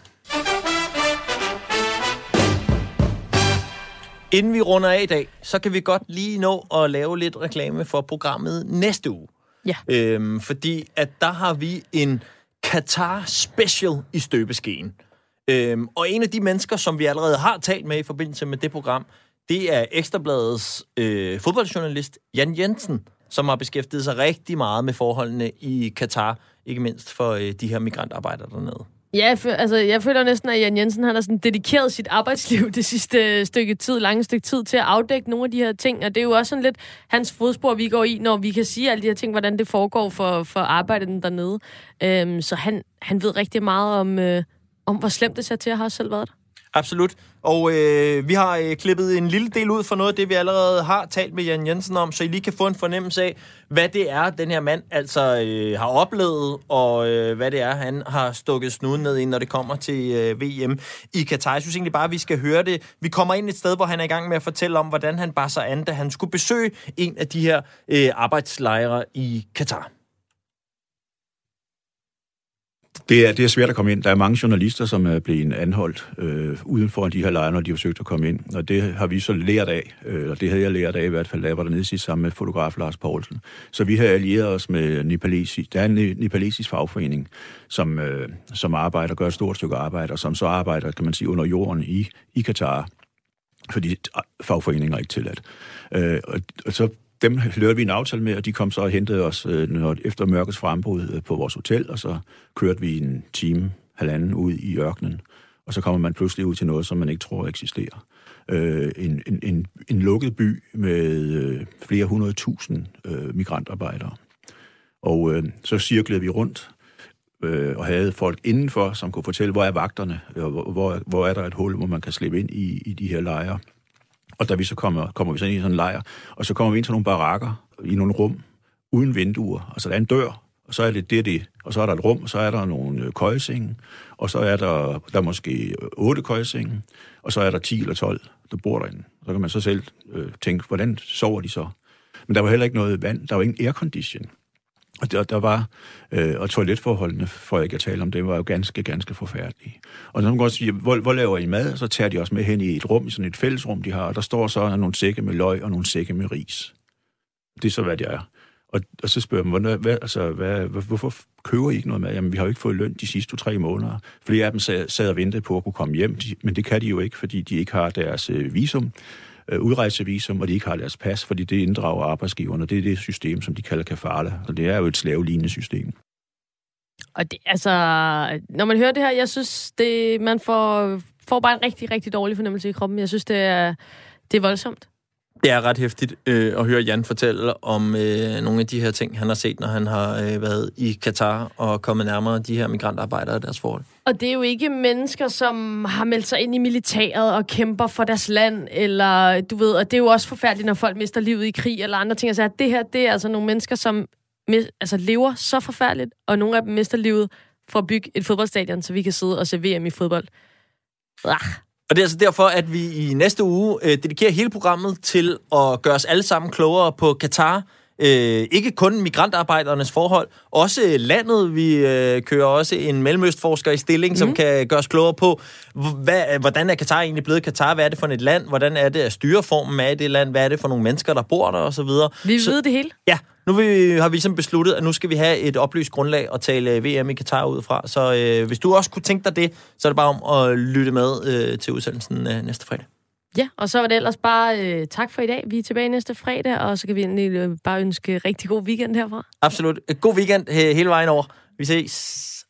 Inden vi runder af i dag, så kan vi godt lige nå at lave lidt reklame for programmet næste uge. Ja. Øhm, fordi at der har vi en Qatar Special i støbeskeen. Øhm, og en af de mennesker, som vi allerede har talt med i forbindelse med det program, det er Ekstrabladets øh, fodboldjournalist Jan Jensen, som har beskæftiget sig rigtig meget med forholdene i Qatar, ikke mindst for øh, de her migrantarbejdere dernede. Ja, for, altså, jeg føler næsten, at Jan Jensen han har sådan dedikeret sit arbejdsliv det sidste stykke tid, lange stykke tid, til at afdække nogle af de her ting. Og det er jo også sådan lidt hans fodspor, vi går i, når vi kan sige alle de her ting, hvordan det foregår for, for arbejdet dernede. Øhm, så han, han ved rigtig meget om, øh, om, hvor slemt det ser til at have selv været der. Absolut. Og øh, vi har øh, klippet en lille del ud for noget af det, vi allerede har talt med Jan Jensen om, så I lige kan få en fornemmelse af, hvad det er, den her mand altså øh, har oplevet, og øh, hvad det er, han har stukket snuden ned i, når det kommer til øh, V M i Qatar. Jeg synes egentlig bare, at vi skal høre det. Vi kommer ind et sted, hvor han er i gang med at fortælle om, hvordan han bar sig an, da han skulle besøge en af de her øh, arbejdslejre i Qatar. Det er, det er svært at komme ind. Der er mange journalister, som er blevet anholdt øh, uden for de her lejre, når de har forsøgt at komme ind. Og det har vi så lært af, øh, og det havde jeg lært af i hvert fald, da jeg var dernede sidst sammen med fotograf Lars Poulsen. Så vi har allieret os med nepalesisk. Der er en nepalesisk fagforening, som, øh, som arbejder, gør et stort stykke arbejde, og som så arbejder, kan man sige, under jorden i, i Qatar, fordi fagforeninger er ikke tilladt. Øh, og, og så dem lavede vi en aftale med, og de kom så og hentede os øh, når, efter mørkets frembrud øh, på vores hotel, og så kørte vi en time, halvanden ud i ørkenen, og så kommer man pludselig ud til noget, som man ikke tror eksisterer. Øh, en, en, en, en lukket by med øh, flere hundrede tusind øh, migrantarbejdere. Og øh, så cirklede vi rundt øh, og havde folk indenfor, som kunne fortælle, hvor er vagterne, og hvor, hvor, hvor er der et hul, hvor man kan slippe ind i, i de her lejre. Og da vi så kommer, kommer vi så ind i sådan en lejr, og så kommer vi ind til nogle barakker i nogle rum uden vinduer. Altså der er en dør, og så er det det, det. Og så er der et rum, og så er der nogle køjesenge, og så er der, der er måske otte køjesenge, og så er der ti eller tolv, der bor derinde. Så kan man så selv øh, tænke, hvordan sover de så? Men der var heller ikke noget vand, der var ingen aircondition. Og der, der var, øh, og toiletforholdene, for jeg ikke at tale om det, var jo ganske, ganske forfærdelige. Og så kan man godt sige, hvor, hvor laver I mad? Så tager de også med hen i et rum, i sådan et fællesrum, de har, og der står så nogle sække med løg og nogle sække med ris. Det er så, hvad det er. Og, og så spørger man, hvad, hvad, altså, hvad, hvorfor køber I ikke noget mad? Jamen, vi har jo ikke fået løn de sidste to-tre måneder. Flere af dem sad, sad og ventede på at kunne komme hjem, men det kan de jo ikke, fordi de ikke har deres øh, visum. udrejsevisum, og de ikke har deres pas, fordi det inddrager arbejdsgiverne. Det er det system, som de kalder kafala, og det er jo et slavelignende system. Og det, altså, når man hører det her, jeg synes, det, man får, får bare en rigtig, rigtig dårlig fornemmelse i kroppen. Jeg synes, det er, det er voldsomt. Det er ret hæftigt øh, at høre Jan fortælle om øh, nogle af de her ting, han har set, når han har øh, været i Qatar og kommet nærmere de her migrantarbejdere og deres forhold. Og det er jo ikke mennesker, som har meldt sig ind i militæret og kæmper for deres land, eller du ved, og det er jo også forfærdeligt, når folk mister livet i krig eller andre ting. Altså, det her, det er altså nogle mennesker, som altså, lever så forfærdeligt, og nogle af dem mister livet for at bygge et fodboldstadion, så vi kan sidde og se V M i fodbold. Ah. Og det er altså derfor, at vi i næste uge øh, dedikerer hele programmet til at gøre os alle sammen klogere på Katar. Øh, ikke kun migrantarbejdernes forhold, også landet. Vi øh, kører også en mellemøstforsker i stilling, mm. som kan gøre os klogere på, hvad, hvordan er Katar egentlig blevet Katar? Hvad er det for et land? Hvordan er det, at styreformen er i det land? Hvad er det for nogle mennesker, der bor der? Og så videre. Vi ved det hele. Ja, nu vi, har vi ligesom besluttet, at nu skal vi have et oplyst grundlag at tale V M i Katar ud fra. Så øh, hvis du også kunne tænke dig det, så er det bare om at lytte med øh, til udsendelsen øh, næste fredag. Ja, og så var det ellers bare øh, tak for i dag. Vi er tilbage næste fredag, og så kan vi egentlig øh, bare ønske rigtig god weekend herfra. Absolut. God weekend hele vejen over. Vi ses.